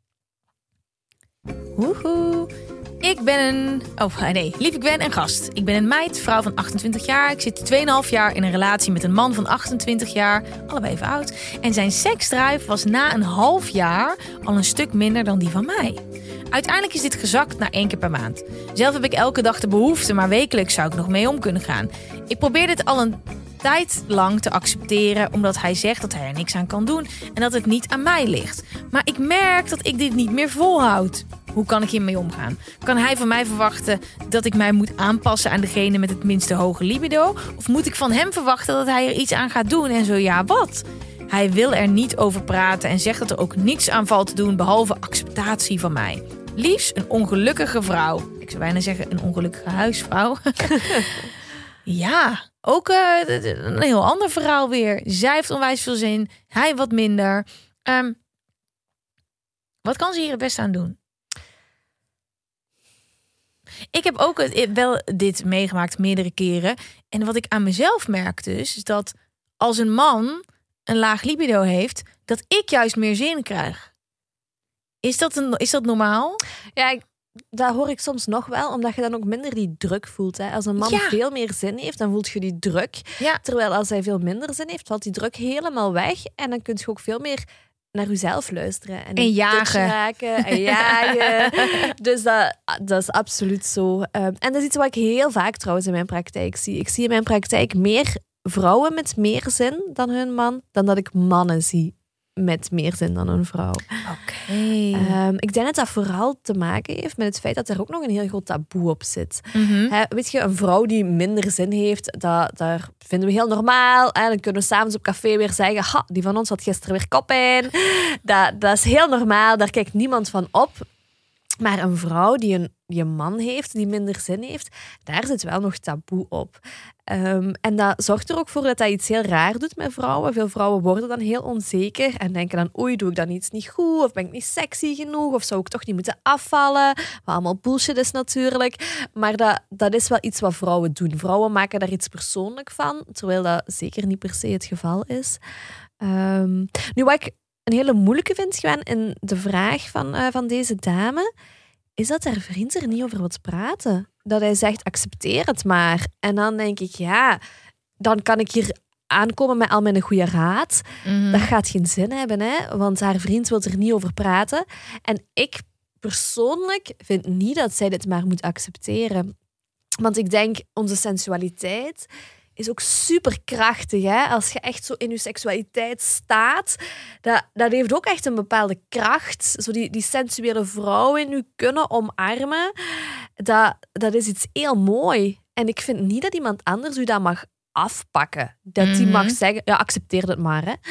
Woehoe. Ik ben ik ben een gast. Ik ben een meid, vrouw van 28 jaar. Ik zit 2,5 jaar in een relatie met een man van 28 jaar. Allebei even oud. En zijn seksdrive was na een half jaar al een stuk minder dan die van mij. Uiteindelijk is dit gezakt naar 1 keer per maand. Zelf heb ik elke dag de behoefte, maar wekelijks zou ik nog mee om kunnen gaan. Ik probeer dit al een tijd lang te accepteren, omdat hij zegt dat hij er niks aan kan doen en dat het niet aan mij ligt. Maar ik merk dat ik dit niet meer volhoud. Hoe kan ik hiermee omgaan? Kan hij van mij verwachten dat ik mij moet aanpassen aan degene met het minste hoge libido? Of moet ik van hem verwachten dat hij er iets aan gaat doen? En zo ja, wat? Hij wil er niet over praten en zegt dat er ook niets aan valt te doen behalve acceptatie van mij. Liefst een ongelukkige vrouw. Ik zou bijna zeggen een ongelukkige huisvrouw. Ja, ook een heel ander verhaal weer. Zij heeft onwijs veel zin, hij wat minder. Wat kan ze hier het beste aan doen? Ik heb ook wel dit meegemaakt meerdere keren. En wat ik aan mezelf merk dus, is dat als een man een laag libido heeft, dat ik juist meer zin krijg. Is dat normaal? Ja, daar hoor ik soms nog wel, omdat je dan ook minder die druk voelt. Hè. Als een man veel meer zin heeft, dan voelt je die druk. Ja. Terwijl als hij veel minder zin heeft, valt die druk helemaal weg. En dan kun je ook veel meer naar jezelf luisteren. En jagen. Raken, en jagen. Dus dat is absoluut zo. En dat is iets wat ik heel vaak trouwens in mijn praktijk zie. Ik zie in mijn praktijk meer vrouwen met meer zin dan hun man, dan dat ik mannen zie met meer zin dan een vrouw. Oké. Ik denk dat dat vooral te maken heeft met het feit dat er ook nog een heel groot taboe op zit. Weet je, een vrouw die minder zin heeft, daar vinden we heel normaal. Dan kunnen we 's avonds op café weer zeggen, die van ons had gisteren weer koppijn. Dat is heel normaal, daar kijkt niemand van op. Maar een vrouw die een man heeft, die minder zin heeft, daar zit wel nog taboe op. En dat zorgt er ook voor dat iets heel raar doet met vrouwen. Veel vrouwen worden dan heel onzeker en denken dan, oei, doe ik dan iets niet goed? Of ben ik niet sexy genoeg? Of zou ik toch niet moeten afvallen? Wat allemaal bullshit is natuurlijk. Maar dat is wel iets wat vrouwen doen. Vrouwen maken daar iets persoonlijk van, terwijl dat zeker niet per se het geval is. Nu, wat ik een hele moeilijke vind, Gwen, in de vraag van deze dame, is dat haar vriend er niet over wil praten. Dat hij zegt, accepteer het maar. En dan denk ik, dan kan ik hier aankomen met al mijn goede raad. Dat gaat geen zin hebben, hè? Want haar vriend wil er niet over praten. En ik persoonlijk vind niet dat zij dit maar moet accepteren. Want ik denk, onze sensualiteit is ook superkrachtig. Hè? Als je echt zo in je seksualiteit staat, dat heeft ook echt een bepaalde kracht. Zo die sensuele vrouw in u kunnen omarmen, dat is iets heel mooi. En ik vind niet dat iemand anders u dat mag afpakken. Dat die mag zeggen, ja, accepteer het maar. Hè.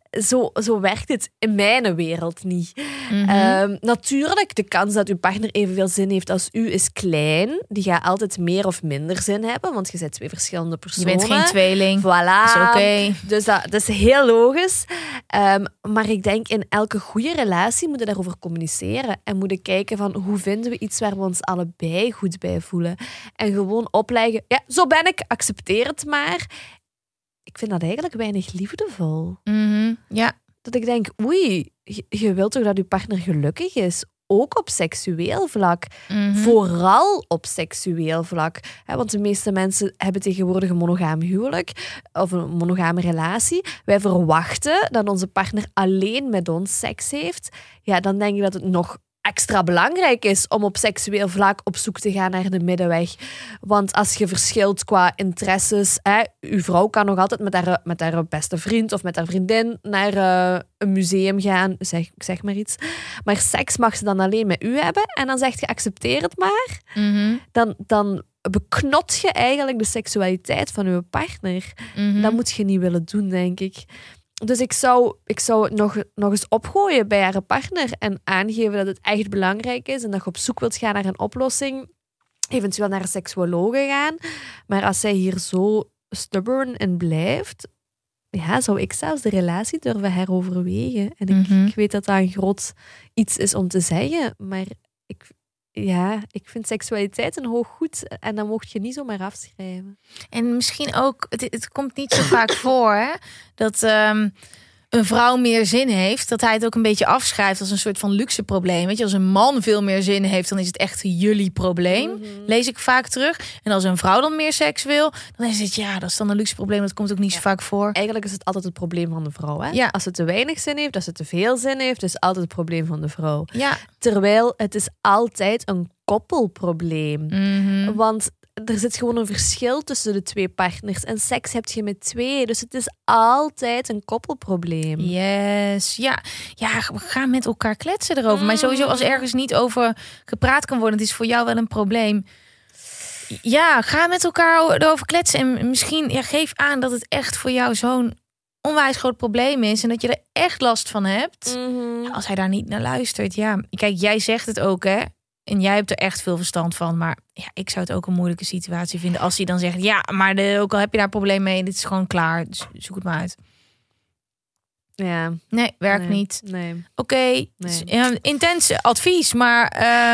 Zo werkt het in mijn wereld niet. Natuurlijk, de kans dat uw partner evenveel zin heeft als u is klein. Die gaat altijd meer of minder zin hebben, want je bent twee verschillende personen. Je bent geen tweeling. Voilà. Is oké. Dus dat is heel logisch. Maar ik denk, in elke goede relatie moet je daarover communiceren. En moet je kijken van, hoe vinden we iets waar we ons allebei goed bij voelen. En gewoon opleggen, ja, zo ben ik, accepteer het maar. Ik vind dat eigenlijk weinig liefdevol. Ja. Dat ik denk, oei, je wilt toch dat je partner gelukkig is? Ook op seksueel vlak. Vooral op seksueel vlak. Want de meeste mensen hebben tegenwoordig een monogaam huwelijk of een monogame relatie. Wij verwachten dat onze partner alleen met ons seks heeft. Ja, dan denk ik dat het nog extra belangrijk is om op seksueel vlak op zoek te gaan naar de middenweg. Want als je verschilt qua interesses, uw vrouw kan nog altijd met haar beste vriend of met haar vriendin naar een museum gaan, zeg maar iets. Maar seks mag ze dan alleen met u hebben en dan zegt je, accepteer het maar. Dan beknot je eigenlijk de seksualiteit van uw partner. Dat moet je niet willen doen, denk ik. Dus ik zou nog eens opgooien bij haar partner en aangeven dat het echt belangrijk is en dat je op zoek wilt gaan naar een oplossing. Eventueel naar een seksuoloog gaan. Maar als zij hier zo stubborn in blijft, ja, zou ik zelfs de relatie durven heroverwegen. En ik weet dat dat een groot iets is om te zeggen, maar ik vind seksualiteit een hoog goed en dan mocht je niet zomaar afschrijven. En misschien ook, het komt niet zo vaak voor, hè, dat een vrouw meer zin heeft, dat hij het ook een beetje afschrijft als een soort van luxe probleem. Weet je, als een man veel meer zin heeft, dan is het echt jullie probleem. Lees ik vaak terug. En als een vrouw dan meer seks wil, dan is het, ja, dat is dan een luxe probleem. Dat komt ook niet zo vaak voor. Eigenlijk is het altijd het probleem van de vrouw. Hè? Ja. Als ze te weinig zin heeft, als ze te veel zin heeft, is het altijd het probleem van de vrouw. Ja. Terwijl het is altijd een koppelprobleem. Want er zit gewoon een verschil tussen de twee partners. En seks heb je met twee. Dus het is altijd een koppelprobleem. Yes. Ja, we gaan met elkaar kletsen erover. Maar sowieso, als ergens niet over gepraat kan worden, het is voor jou wel een probleem. Ja, ga met elkaar erover kletsen. En misschien geef aan dat het echt voor jou zo'n onwijs groot probleem is. En dat je er echt last van hebt. Ja, als hij daar niet naar luistert. Ja, kijk, jij zegt het ook, hè. En jij hebt er echt veel verstand van. Maar ja, ik zou het ook een moeilijke situatie vinden. Als hij dan zegt, ja, maar ook al heb je daar een probleem mee. Dit is gewoon klaar. Dus zoek het maar uit. Ja. Nee, werkt niet. Nee. Oké, intens advies. Maar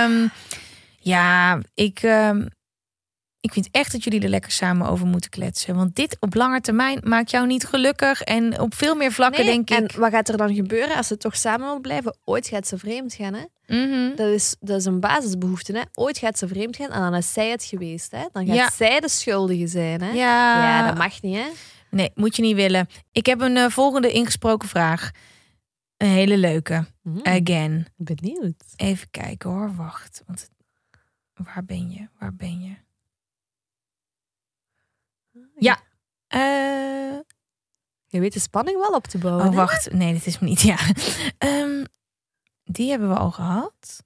ik vind echt dat jullie er lekker samen over moeten kletsen. Want dit op lange termijn maakt jou niet gelukkig. En op veel meer vlakken denk ik... En wat gaat er dan gebeuren als ze toch samen wil blijven? Ooit gaat ze vreemd gaan, hè? Mhm. Dat is een basisbehoefte, hè? Ooit gaat ze vreemd gaan en dan is zij het geweest, hè? Dan gaat zij de schuldige zijn, hè? Ja, dat mag niet, hè? Nee, moet je niet willen. Ik heb een volgende ingesproken vraag. Een hele leuke. Again. Benieuwd. Even kijken hoor, wacht. Want waar ben je? Ja. Je weet de spanning wel op te bouwen. Oh, wacht. Nee, dit is hem niet. Ja. Die hebben we al gehad.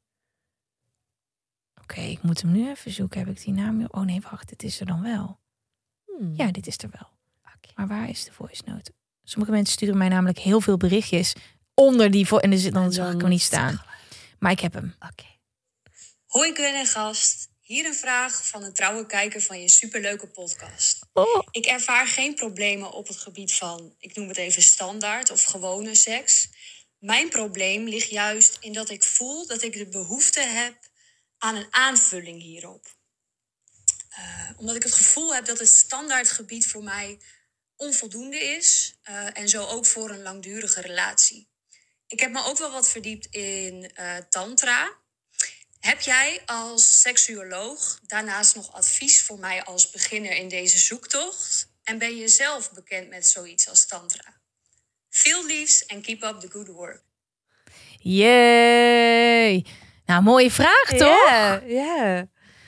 Oké, ik moet hem nu even zoeken. Heb ik die naam? Oh nee, wacht. Dit is er dan wel. Ja, dit is er wel. Okay. Maar waar is de voice note? Sommige mensen sturen mij namelijk heel veel berichtjes onder die en dan zag ik hem niet staan. Maar ik heb hem. Okay. Hoi Gwen en gast. Hier een vraag van een trouwe kijker van je superleuke podcast. Ik ervaar geen problemen op het gebied van, ik noem het even standaard of gewone seks. Mijn probleem ligt juist in dat ik voel dat ik de behoefte heb aan een aanvulling hierop. Omdat ik het gevoel heb dat het standaardgebied voor mij onvoldoende is. En zo ook voor een langdurige relatie. Ik heb me ook wel wat verdiept in tantra. Heb jij als seksuoloog daarnaast nog advies voor mij als beginner in deze zoektocht? En ben je zelf bekend met zoiets als tantra? Veel liefs en keep up the good work. Yay! Nou, mooie vraag toch? Ja.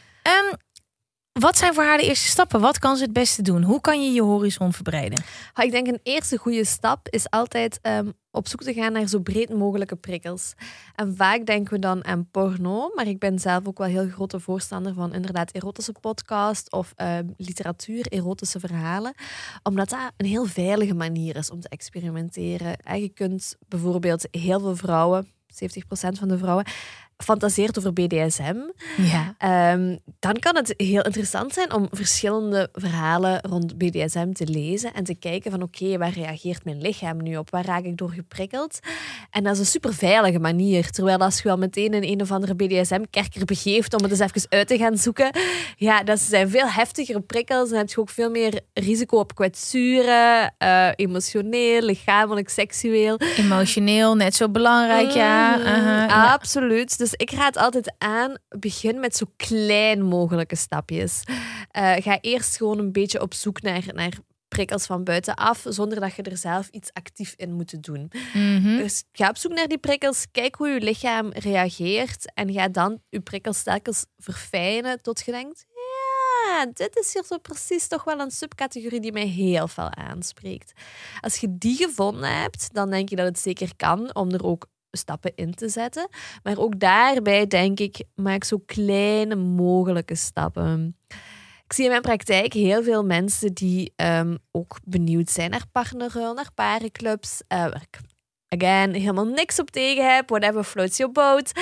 Wat zijn voor haar de eerste stappen? Wat kan ze het beste doen? Hoe kan je je horizon verbreden? Ik denk een eerste goede stap is altijd op zoek te gaan naar zo breed mogelijke prikkels. En vaak denken we dan aan porno, maar ik ben zelf ook wel heel grote voorstander van inderdaad erotische podcast of literatuur, erotische verhalen. Omdat dat een heel veilige manier is om te experimenteren. En je kunt bijvoorbeeld heel veel vrouwen, 70% van de vrouwen, fantaseert over BDSM. Ja. Dan kan het heel interessant zijn om verschillende verhalen rond BDSM te lezen en te kijken van oké, waar reageert mijn lichaam nu op? Waar raak ik door geprikkeld? En dat is een super veilige manier. Terwijl als je wel meteen in een of andere BDSM-kerker begeeft om het eens even uit te gaan zoeken, ja, dat zijn veel heftigere prikkels. Dan heb je ook veel meer risico op kwetsuren, emotioneel, lichamelijk, seksueel. Emotioneel, net zo belangrijk, ja. Absoluut. Dus ik raad altijd aan, begin met zo klein mogelijke stapjes. Ga eerst gewoon een beetje op zoek naar prikkels van buitenaf, zonder dat je er zelf iets actief in moet doen. Mm-hmm. Dus ga op zoek naar die prikkels, kijk hoe je lichaam reageert en ga dan je prikkels telkens verfijnen tot je denkt, ja, dit is hier zo precies toch wel een subcategorie die mij heel veel aanspreekt. Als je die gevonden hebt, dan denk je dat het zeker kan om er ook stappen in te zetten. Maar ook daarbij denk ik, maak zo kleine mogelijke stappen. Ik zie in mijn praktijk heel veel mensen die ook benieuwd zijn naar partnerruil, naar parenclubs. Waar ik, again, helemaal niks op tegen heb. Whatever floats your boat.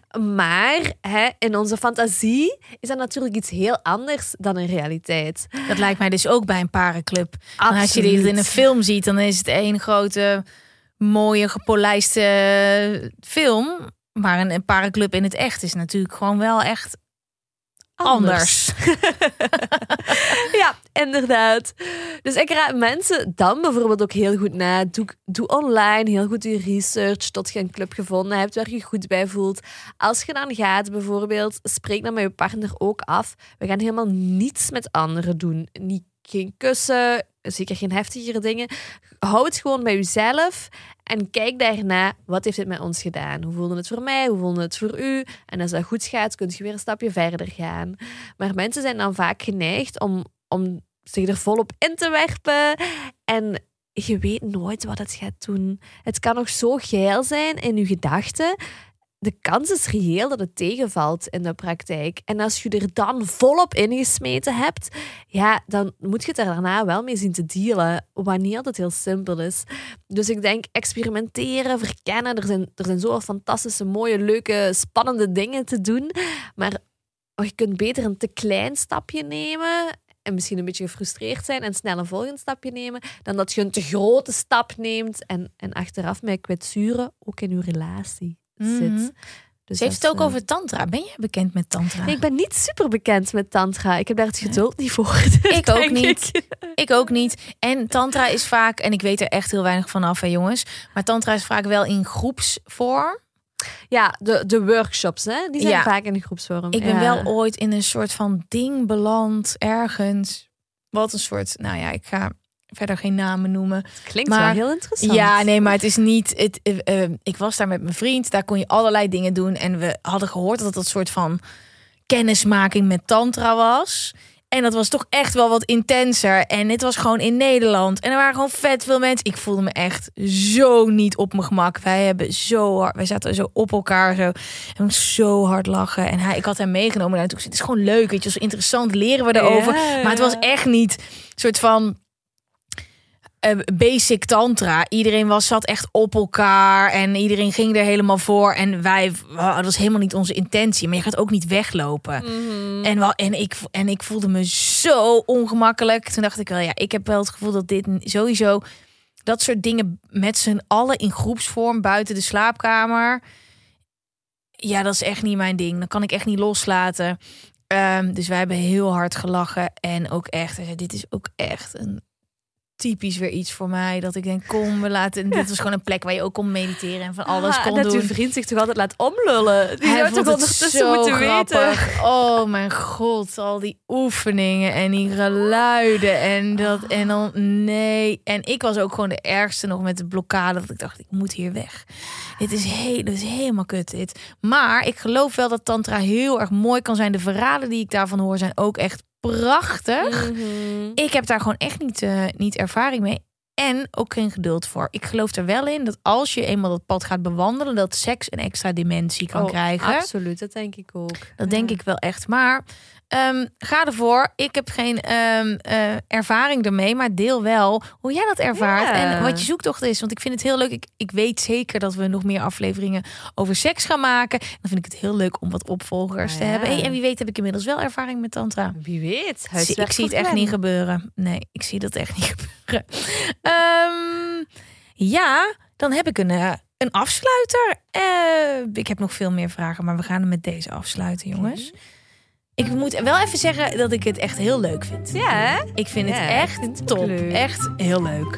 Maar in onze fantasie is dat natuurlijk iets heel anders dan in realiteit. Dat lijkt mij dus ook bij een parenclub. Absoluut. En als je dit in een film ziet, dan is het één grote mooie gepolijste film. Maar een parenclub in het echt is natuurlijk gewoon wel echt anders. Ja, inderdaad. Dus ik raad mensen dan bijvoorbeeld ook heel goed na. Doe online heel goed je research tot je een club gevonden hebt waar je je goed bij voelt. Als je dan gaat bijvoorbeeld, spreek dan met je partner ook af. We gaan helemaal niets met anderen doen. Geen kussen, zeker geen heftigere dingen. Hou het gewoon bij jezelf en kijk daarna, wat heeft het met ons gedaan? Hoe voelde het voor mij? Hoe voelde het voor u? En als dat goed gaat, kun je weer een stapje verder gaan. Maar mensen zijn dan vaak geneigd om zich er volop in te werpen en je weet nooit wat het gaat doen. Het kan nog zo geil zijn in je gedachten. de kans is reëel dat het tegenvalt in de praktijk. En als je er dan volop ingesmeten hebt, ja, dan moet je het er daarna wel mee zien te dealen. Wat niet altijd heel simpel is. Dus ik denk, experimenteren, verkennen. Er zijn zoveel fantastische, mooie, leuke, spannende dingen te doen. Maar je kunt beter een te klein stapje nemen en misschien een beetje gefrustreerd zijn en snel een volgend stapje nemen, dan dat je een te grote stap neemt en achteraf met kwetsuren ook in je relatie zit. Dus Ze heeft het ook over tantra. Ben jij bekend met tantra? Nee, ik ben niet super bekend met tantra. Ik heb daar het geduld niet voor. Ik ook niet. Ik ook niet. En tantra is vaak, en ik weet er echt heel weinig van af, hè, jongens. Maar tantra is vaak wel in groepsvorm. Ja, de workshops, hè? Die zijn vaak in de groepsvorm. Ik ben wel ooit in een soort van ding beland ergens. Wat een soort, nou ja, ik ga verder geen namen noemen. Het klinkt wel heel interessant. Ja, nee, maar het is niet. Ik was daar met mijn vriend. Daar kon je allerlei dingen doen. En we hadden gehoord dat het een soort van kennismaking met tantra was. En dat was toch echt wel wat intenser. En dit was gewoon in Nederland. En er waren gewoon vet veel mensen. Ik voelde me echt zo niet op mijn gemak. Wij zaten zo op elkaar. Zo. En zo hard lachen. En ik had hem meegenomen naartoe. Het is gewoon leuk. Het was interessant. Leren we erover. Ja. Maar het was echt niet een soort van basic tantra. Iedereen zat echt op elkaar. En iedereen ging er helemaal voor. En dat was helemaal niet onze intentie. Maar je gaat ook niet weglopen. Mm-hmm. En ik voelde me zo ongemakkelijk. Toen dacht ik wel, ja, ik heb wel het gevoel dat dit sowieso, dat soort dingen met z'n allen in groepsvorm buiten de slaapkamer, ja, dat is echt niet mijn ding. Dat kan ik echt niet loslaten. Dus wij hebben heel hard gelachen. En ook echt, dit is ook echt een typisch weer iets voor mij. Dat ik denk, kom, dit was gewoon een plek waar je ook kon mediteren en van alles kon doen. Dat uw vriend zich toch altijd laat omlullen. Die hij zou toch ondertussen moeten grappig weten. Oh mijn god, al die oefeningen en die geluiden en dat en dan nee. En ik was ook gewoon de ergste nog met de blokkade. Dat ik dacht, ik moet hier weg. Dit is helemaal kut dit. Maar ik geloof wel dat tantra heel erg mooi kan zijn. De verhalen die ik daarvan hoor zijn ook echt prachtig. Mm-hmm. Ik heb daar gewoon echt niet ervaring mee. En ook geen geduld voor. Ik geloof er wel in dat als je eenmaal dat pad gaat bewandelen, dat seks een extra dimensie kan krijgen. Absoluut, dat denk ik ook. Dat denk ik wel echt. Maar ga ervoor. Ik heb geen ervaring ermee, maar deel wel hoe jij dat ervaart en wat je zoektocht is. Want ik vind het heel leuk. Ik weet zeker dat we nog meer afleveringen over seks gaan maken. Dan vind ik het heel leuk om wat opvolgers te hebben. Hey, en wie weet heb ik inmiddels wel ervaring met tantra. Wie weet. Ik zie het echt niet gebeuren. Nee, ik zie dat echt niet gebeuren. Ja, dan heb ik een afsluiter. Ik heb nog veel meer vragen, maar we gaan hem met deze afsluiten, jongens. Ik moet wel even zeggen dat ik het echt heel leuk vind. Ja, hè? Ik vind het echt top. Leuk. Echt heel leuk.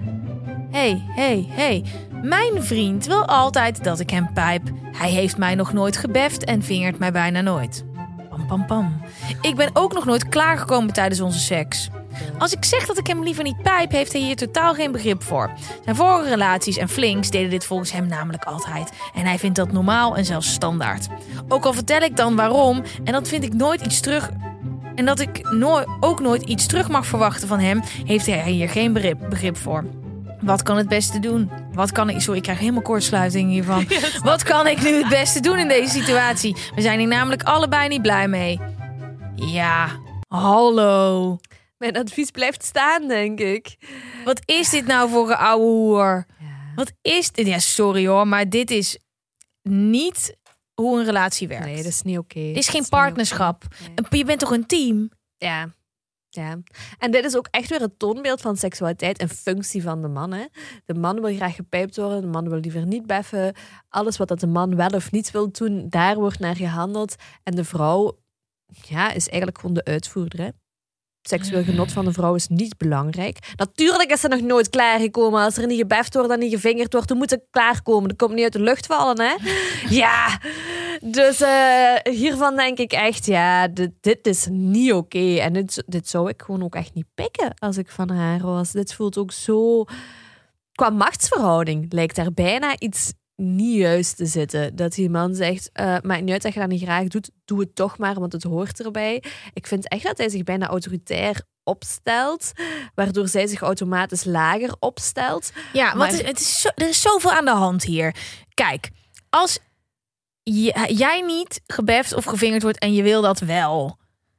Hey. Mijn vriend wil altijd dat ik hem pijp. Hij heeft mij nog nooit gebeft en vingert mij bijna nooit. Pam. Ik ben ook nog nooit klaargekomen tijdens onze seks. Als ik zeg dat ik hem liever niet pijp, heeft hij hier totaal geen begrip voor. Zijn vorige relaties en flings deden dit volgens hem namelijk altijd. En hij vindt dat normaal en zelfs standaard. Ook al vertel ik dan waarom, en dat vind ik nooit iets terug. En dat ik ook nooit iets terug mag verwachten van hem, heeft hij hier geen begrip voor. Wat kan het beste doen? Sorry, ik krijg helemaal kortsluiting hiervan. Wat kan ik nu het beste doen in deze situatie? We zijn hier namelijk allebei niet blij mee. Ja, hallo. Mijn advies blijft staan, denk ik. Wat is dit nou voor een ouwe hoer? Ja. Wat is dit? Ja, sorry hoor, maar dit is niet hoe een relatie werkt. Nee, dat is niet oké. Dit is geen partnerschap. Nee. Je bent toch een team? Ja. En dit is ook echt weer het toonbeeld van seksualiteit en functie van de man. Hè? De man wil graag gepijpt worden, de man wil liever niet beffen. Alles wat dat de man wel of niet wil doen, daar wordt naar gehandeld. En de vrouw is eigenlijk gewoon de uitvoerder, hè? Seksueel genot van de vrouw is niet belangrijk. Natuurlijk is ze nog nooit klaargekomen. Als er niet gebeft wordt en niet gevingerd wordt, dan moet ze klaarkomen. Dat komt niet uit de lucht vallen, hè? Ja, dus hiervan denk ik echt, dit is niet oké. En dit zou ik gewoon ook echt niet pikken als ik van haar was. Dit voelt ook zo... Qua machtsverhouding lijkt daar bijna iets niet juist te zitten. Dat die man zegt, maakt niet uit dat je dat niet graag doet, doe het toch maar, want het hoort erbij. Ik vind echt dat hij zich bijna autoritair opstelt, waardoor zij zich automatisch lager opstelt. Ja, want er is zoveel aan de hand hier. Kijk, als jij niet gebeft of gevingerd wordt en je wil dat wel.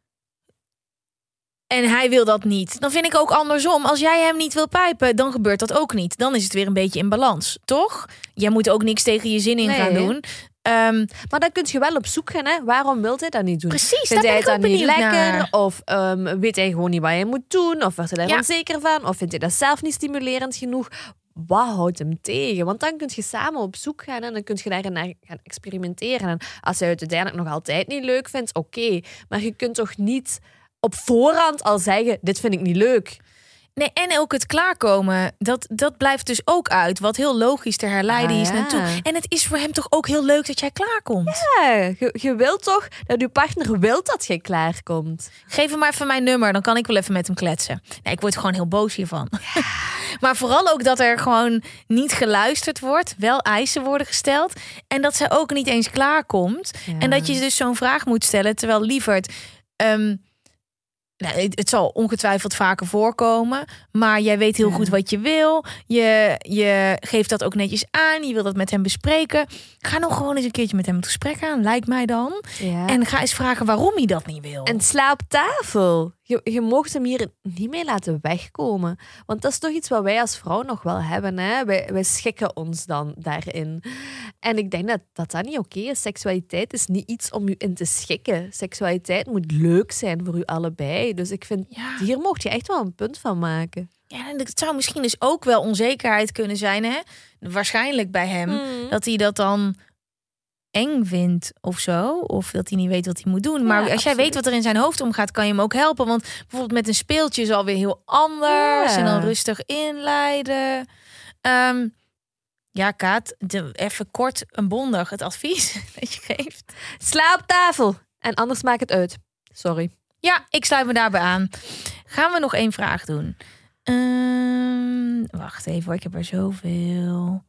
En hij wil dat niet. Dan vind ik ook andersom. Als jij hem niet wil pijpen, dan gebeurt dat ook niet. Dan is het weer een beetje in balans, toch? Jij moet ook niks tegen je zin in gaan doen. Maar dan kun je wel op zoek gaan. Hè? Waarom wil hij dat niet doen? Precies, Vindt daar hij ben ik het dan ook niet benieuwd lekker? naar. Of weet hij gewoon niet wat hij moet doen? Of wordt hij daar Ja. onzeker van? Of vindt hij dat zelf niet stimulerend genoeg? Wat houdt hem tegen? Want dan kun je samen op zoek gaan en dan kun je daarin naar gaan experimenteren. En als hij het uiteindelijk nog altijd niet leuk vindt, oké. Maar je kunt toch niet op voorhand al zeggen, dit vind ik niet leuk. Nee, en ook het klaarkomen, dat blijft dus ook uit. Wat heel logisch te herleiden is naartoe. En het is voor hem toch ook heel leuk dat jij klaarkomt. Ja, je wilt toch dat je partner wil dat jij klaarkomt. Geef hem maar even mijn nummer, dan kan ik wel even met hem kletsen. Nee, ik word gewoon heel boos hiervan. Ja. Maar vooral ook dat er gewoon niet geluisterd wordt. Wel eisen worden gesteld. En dat zij ook niet eens klaarkomt. Ja. En dat je dus zo'n vraag moet stellen. Terwijl lieverd... het zal ongetwijfeld vaker voorkomen. Maar jij weet heel goed wat je wil. Je geeft dat ook netjes aan. Je wil dat met hem bespreken. Ga nog gewoon eens een keertje met hem het gesprek aan. Lijkt mij dan. Ja. En ga eens vragen waarom hij dat niet wil. En sla op tafel. Je mocht hem hier niet mee laten wegkomen. Want dat is toch iets wat wij als vrouw nog wel hebben. Hè? Wij schikken ons dan daarin. En ik denk dat niet oké is. Seksualiteit is niet iets om je in te schikken. Seksualiteit moet leuk zijn voor u allebei. Dus ik vind, hier mocht je echt wel een punt van maken. Ja, en het zou misschien dus ook wel onzekerheid kunnen zijn. Hè? Waarschijnlijk bij hem. Dat hij dat dan eng vindt of zo. Of dat hij niet weet wat hij moet doen. Maar als jij weet wat er in zijn hoofd omgaat, kan je hem ook helpen. Want bijvoorbeeld met een speeltje is alweer heel anders. En dan rustig inleiden. Ja, Kaat, even kort en bondig het advies dat je geeft. Sla op tafel. En anders maak het uit. Sorry. Ja, ik sluit me daarbij aan. Gaan we nog 1 vraag doen? Wacht even, hoor, ik heb er zoveel.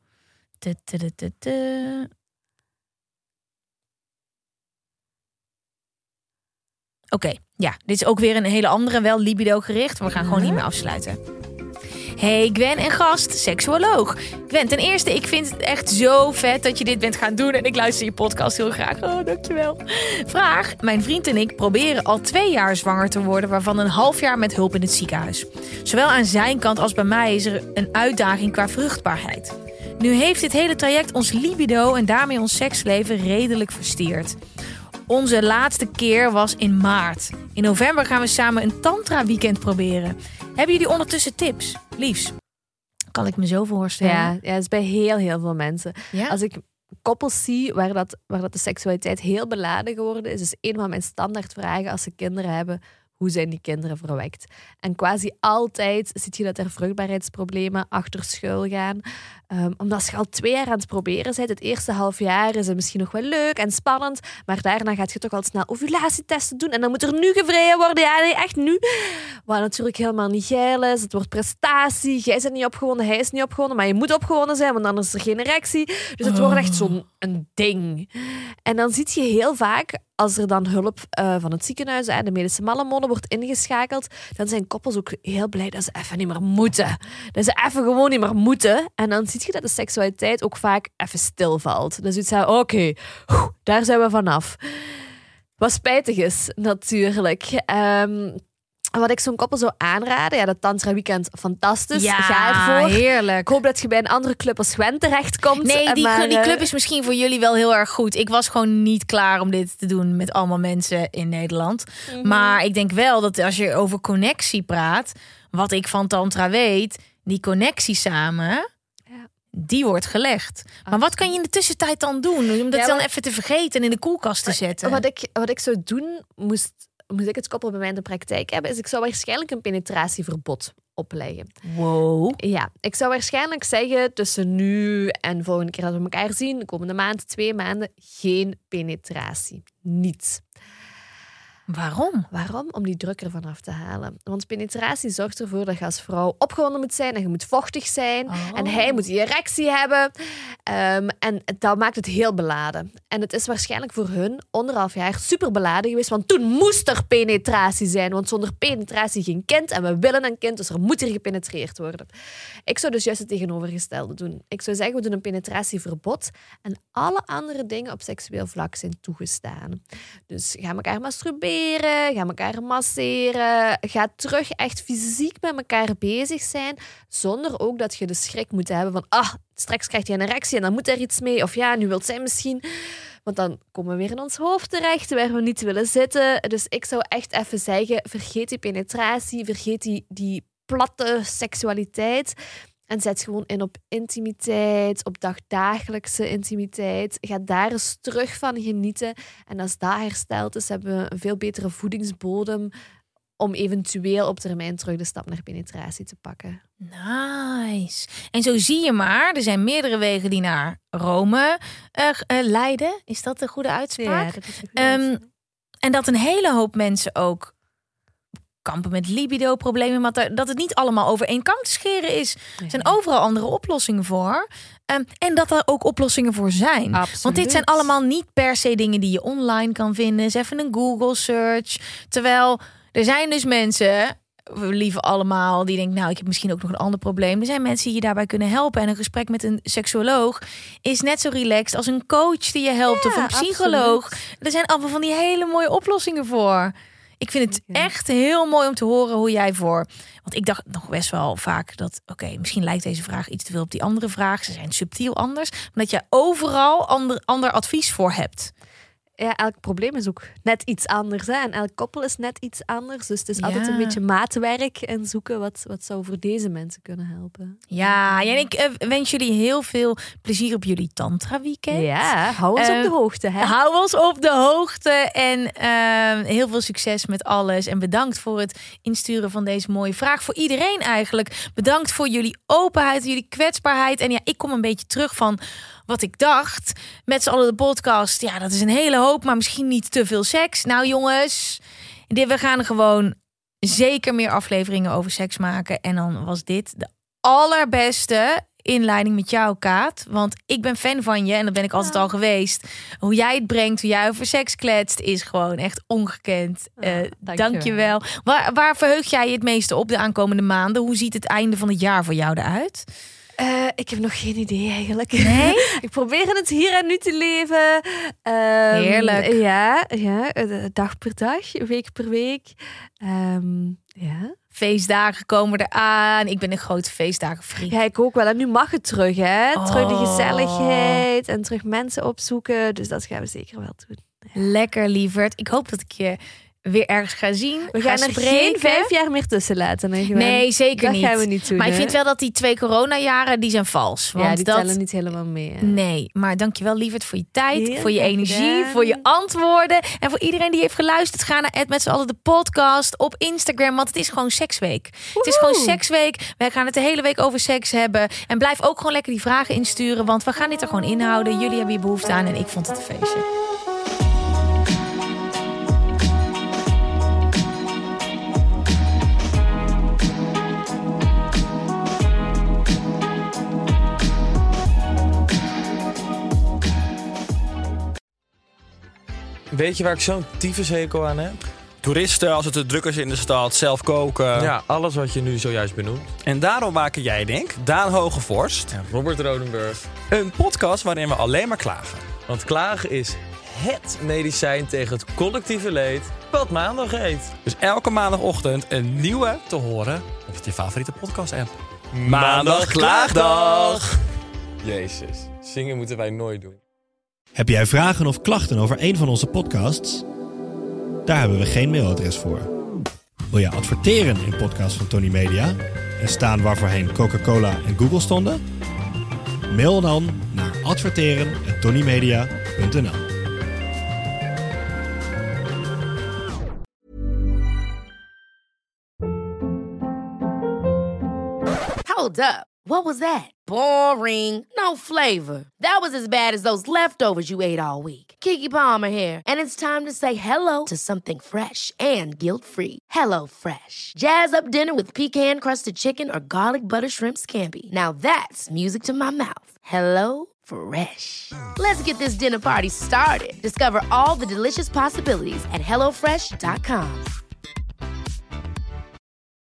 Oké, ja, dit is ook weer een hele andere, wel libido gericht. We gaan gewoon niet meer afsluiten. Hey Gwen en gast, seksuoloog. Gwen, ten eerste, ik vind het echt zo vet dat je dit bent gaan doen. En ik luister je podcast heel graag. Oh, dankjewel. Vraag, mijn vriend en ik proberen al 2 jaar zwanger te worden, waarvan een half jaar met hulp in het ziekenhuis. Zowel aan zijn kant als bij mij is er een uitdaging qua vruchtbaarheid. Nu heeft dit hele traject ons libido en daarmee ons seksleven redelijk verstierd. Onze laatste keer was in maart. In november gaan we samen een tantra-weekend proberen. Hebben jullie ondertussen tips? Liefs. Kan ik me zo voorstellen. Ja, dat is bij heel veel mensen. Ja? Als ik koppels zie waar dat de seksualiteit heel beladen geworden is, is een van mijn standaardvragen als ze kinderen hebben: hoe zijn die kinderen verwekt? En quasi altijd zie je dat er vruchtbaarheidsproblemen achter schuil gaan. Omdat als je al 2 jaar aan het proberen bent, het eerste half jaar is het misschien nog wel leuk en spannend, maar daarna gaat je toch al snel ovulatietesten doen en dan moet er nu gevreden worden. Ja, nee, echt nu. Wat natuurlijk helemaal niet geil is. Het wordt prestatie. Jij bent niet opgewonden, hij is niet opgewonden, maar je moet opgewonden zijn, want anders is er geen erectie. Dus het wordt echt zo'n ding. En dan zie je heel vaak, als er dan hulp van het ziekenhuis en de medische mallenmolen wordt ingeschakeld, dan zijn koppels ook heel blij dat ze even niet meer moeten. Dat ze even gewoon niet meer moeten. En dan zie je dat de seksualiteit ook vaak even stilvalt. Dus je zegt, oké, daar zijn we vanaf. Wat spijtig is, natuurlijk. Wat ik zo'n koppel zou aanraden, dat Tantra Weekend, fantastisch. Ja, ga ervoor. heerlijk. Ik hoop dat je bij een andere club als Gwen terechtkomt. Nee, maar, die club is misschien voor jullie wel heel erg goed. Ik was gewoon niet klaar om dit te doen met allemaal mensen in Nederland. Maar ik denk wel dat als je over connectie praat, wat ik van Tantra weet, die connectie samen, die wordt gelegd. Maar wat kan je in de tussentijd dan doen? Om dat dan even te vergeten en in de koelkast te zetten. Wat ik zou doen, moest ik het koppel bij mij in de praktijk hebben, is ik zou waarschijnlijk een penetratieverbod opleggen. Wow. Ja, ik zou waarschijnlijk zeggen, tussen nu en volgende keer dat we elkaar zien, de komende maand, 2 maanden, geen penetratie. Niets. Waarom? Waarom? Om die druk ervan af te halen. Want penetratie zorgt ervoor dat je als vrouw opgewonden moet zijn en je moet vochtig zijn. En hij moet die erectie hebben. En dat maakt het heel beladen. En het is waarschijnlijk voor hun 1,5 jaar super beladen geweest. Want toen moest er penetratie zijn. Want zonder penetratie geen kind. En we willen een kind, dus er moet hier gepenetreerd worden. Ik zou dus juist het tegenovergestelde doen. Ik zou zeggen, we doen een penetratieverbod. En alle andere dingen op seksueel vlak zijn toegestaan. Dus ga elkaar masturberen, ga elkaar masseren. Ga terug echt fysiek met elkaar bezig zijn. Zonder ook dat je de schrik moet hebben van... straks krijgt hij een erectie en dan moet er iets mee. Of ja, nu wil zij misschien... Want dan komen we weer in ons hoofd terecht waar we niet willen zitten. Dus ik zou echt even zeggen, vergeet die penetratie, vergeet die platte seksualiteit. En zet gewoon in op intimiteit, op dagdagelijkse intimiteit. Ga daar eens terug van genieten. En als dat hersteld is, hebben we een veel betere voedingsbodem om eventueel op termijn terug de stap naar penetratie te pakken. Nice. En zo zie je maar, er zijn meerdere wegen die naar Rome leiden. Is dat een goede uitspraak? Ja, dat is een goede uitspraak. En dat een hele hoop mensen ook kampen met libido-problemen, maar dat het niet allemaal over één kam te scheren is. Er zijn overal andere oplossingen voor. En dat er ook oplossingen voor zijn. Absoluut. Want dit zijn allemaal niet per se dingen die je online kan vinden. Is even een Google search. Terwijl er zijn dus mensen, lieve allemaal, die denken, ik heb misschien ook nog een ander probleem. Er zijn mensen die je daarbij kunnen helpen. En een gesprek met een seksuoloog is net zo relaxed als een coach die je helpt of een psycholoog. Absoluut. Er zijn allemaal van die hele mooie oplossingen voor. Ik vind het echt heel mooi om te horen hoe jij Want ik dacht nog best wel vaak dat... misschien lijkt deze vraag iets te veel op die andere vraag. Ze zijn subtiel anders. Maar dat je overal ander advies voor hebt. Ja, elk probleem is ook net iets anders. Hè? En elk koppel is net iets anders. Dus het is altijd een beetje maatwerk en zoeken wat zou voor deze mensen kunnen helpen. Ja, en ik wens jullie heel veel plezier op jullie Tantra Weekend. Ja, hou ons op de hoogte. Hè? Hou ons op de hoogte en heel veel succes met alles. En bedankt voor het insturen van deze mooie vraag. Voor iedereen eigenlijk. Bedankt voor jullie openheid, jullie kwetsbaarheid. En ja, ik kom een beetje terug van wat ik dacht. Met z'n allen de podcast. Ja, dat is een hele hoop, maar misschien niet te veel seks. Nou jongens, we gaan gewoon zeker meer afleveringen over seks maken. En dan was dit de allerbeste inleiding met jou, Kaat. Want ik ben fan van je en dat ben ik altijd al geweest. Hoe jij het brengt, hoe jij over seks kletst, is gewoon echt ongekend. Dank je wel. Waar verheug jij je het meeste op de aankomende maanden? Hoe ziet het einde van het jaar voor jou eruit? Ik heb nog geen idee eigenlijk. Nee? Ik probeer het hier en nu te leven. Heerlijk. Ja, dag per dag, week per week. Ja. Feestdagen komen eraan. Ik ben een grote feestdagenfreak. Ja, ik ook wel. En nu mag het terug, hè? Terug de gezelligheid en terug mensen opzoeken. Dus dat gaan we zeker wel doen. Ja. Lekker, lieverd. Ik hoop dat ik je weer ergens ga zien. We gaan er geen 5 jaar meer tussen laten. Hè, nee, zeker dat niet. Dat gaan we niet doen. Maar hè? ik vind wel dat die 2 coronajaren, die zijn vals. Want die tellen niet helemaal mee. Hè? Nee, maar dankjewel lieverd voor je tijd, Heel voor je energie, gedaan. voor je antwoorden. En voor iedereen die heeft geluisterd, ga naar @met z'n allen de podcast op Instagram. Want het is gewoon seksweek. Het is gewoon seksweek. Wij gaan het de hele week over seks hebben. En blijf ook gewoon lekker die vragen insturen. Want we gaan dit er gewoon inhouden. Jullie hebben hier behoefte aan en ik vond het een feestje. Weet je waar ik zo'n tyfushekel aan heb? Toeristen, als het te druk is in de stad, zelf koken. Ja, alles wat je nu zojuist benoemt. En daarom maken jij, denk Daan Hogevorst, En Robert Rodenburg. een podcast waarin we alleen maar klagen. Want klagen is HET medicijn tegen het collectieve leed wat maandag heet. Dus elke maandagochtend een nieuwe te horen op je favoriete podcast-app. Maandag Klaagdag! Jezus, zingen moeten wij nooit doen. Heb jij vragen of klachten over een van onze podcasts? Daar hebben we geen mailadres voor. Wil je adverteren in podcasts van Tony Media en staan waarvoorheen Coca-Cola en Google stonden? Mail dan naar adverteren@tonymedia.nl. Hold up. What was that? Boring. No flavor. That was as bad as those leftovers you ate all week. Keke Palmer here, and it's time to say hello to something fresh and guilt-free. Hello Fresh. Jazz up dinner with pecan-crusted chicken or garlic butter shrimp scampi. Now that's music to my mouth. Hello Fresh. Let's get this dinner party started. Discover all the delicious possibilities at HelloFresh.com.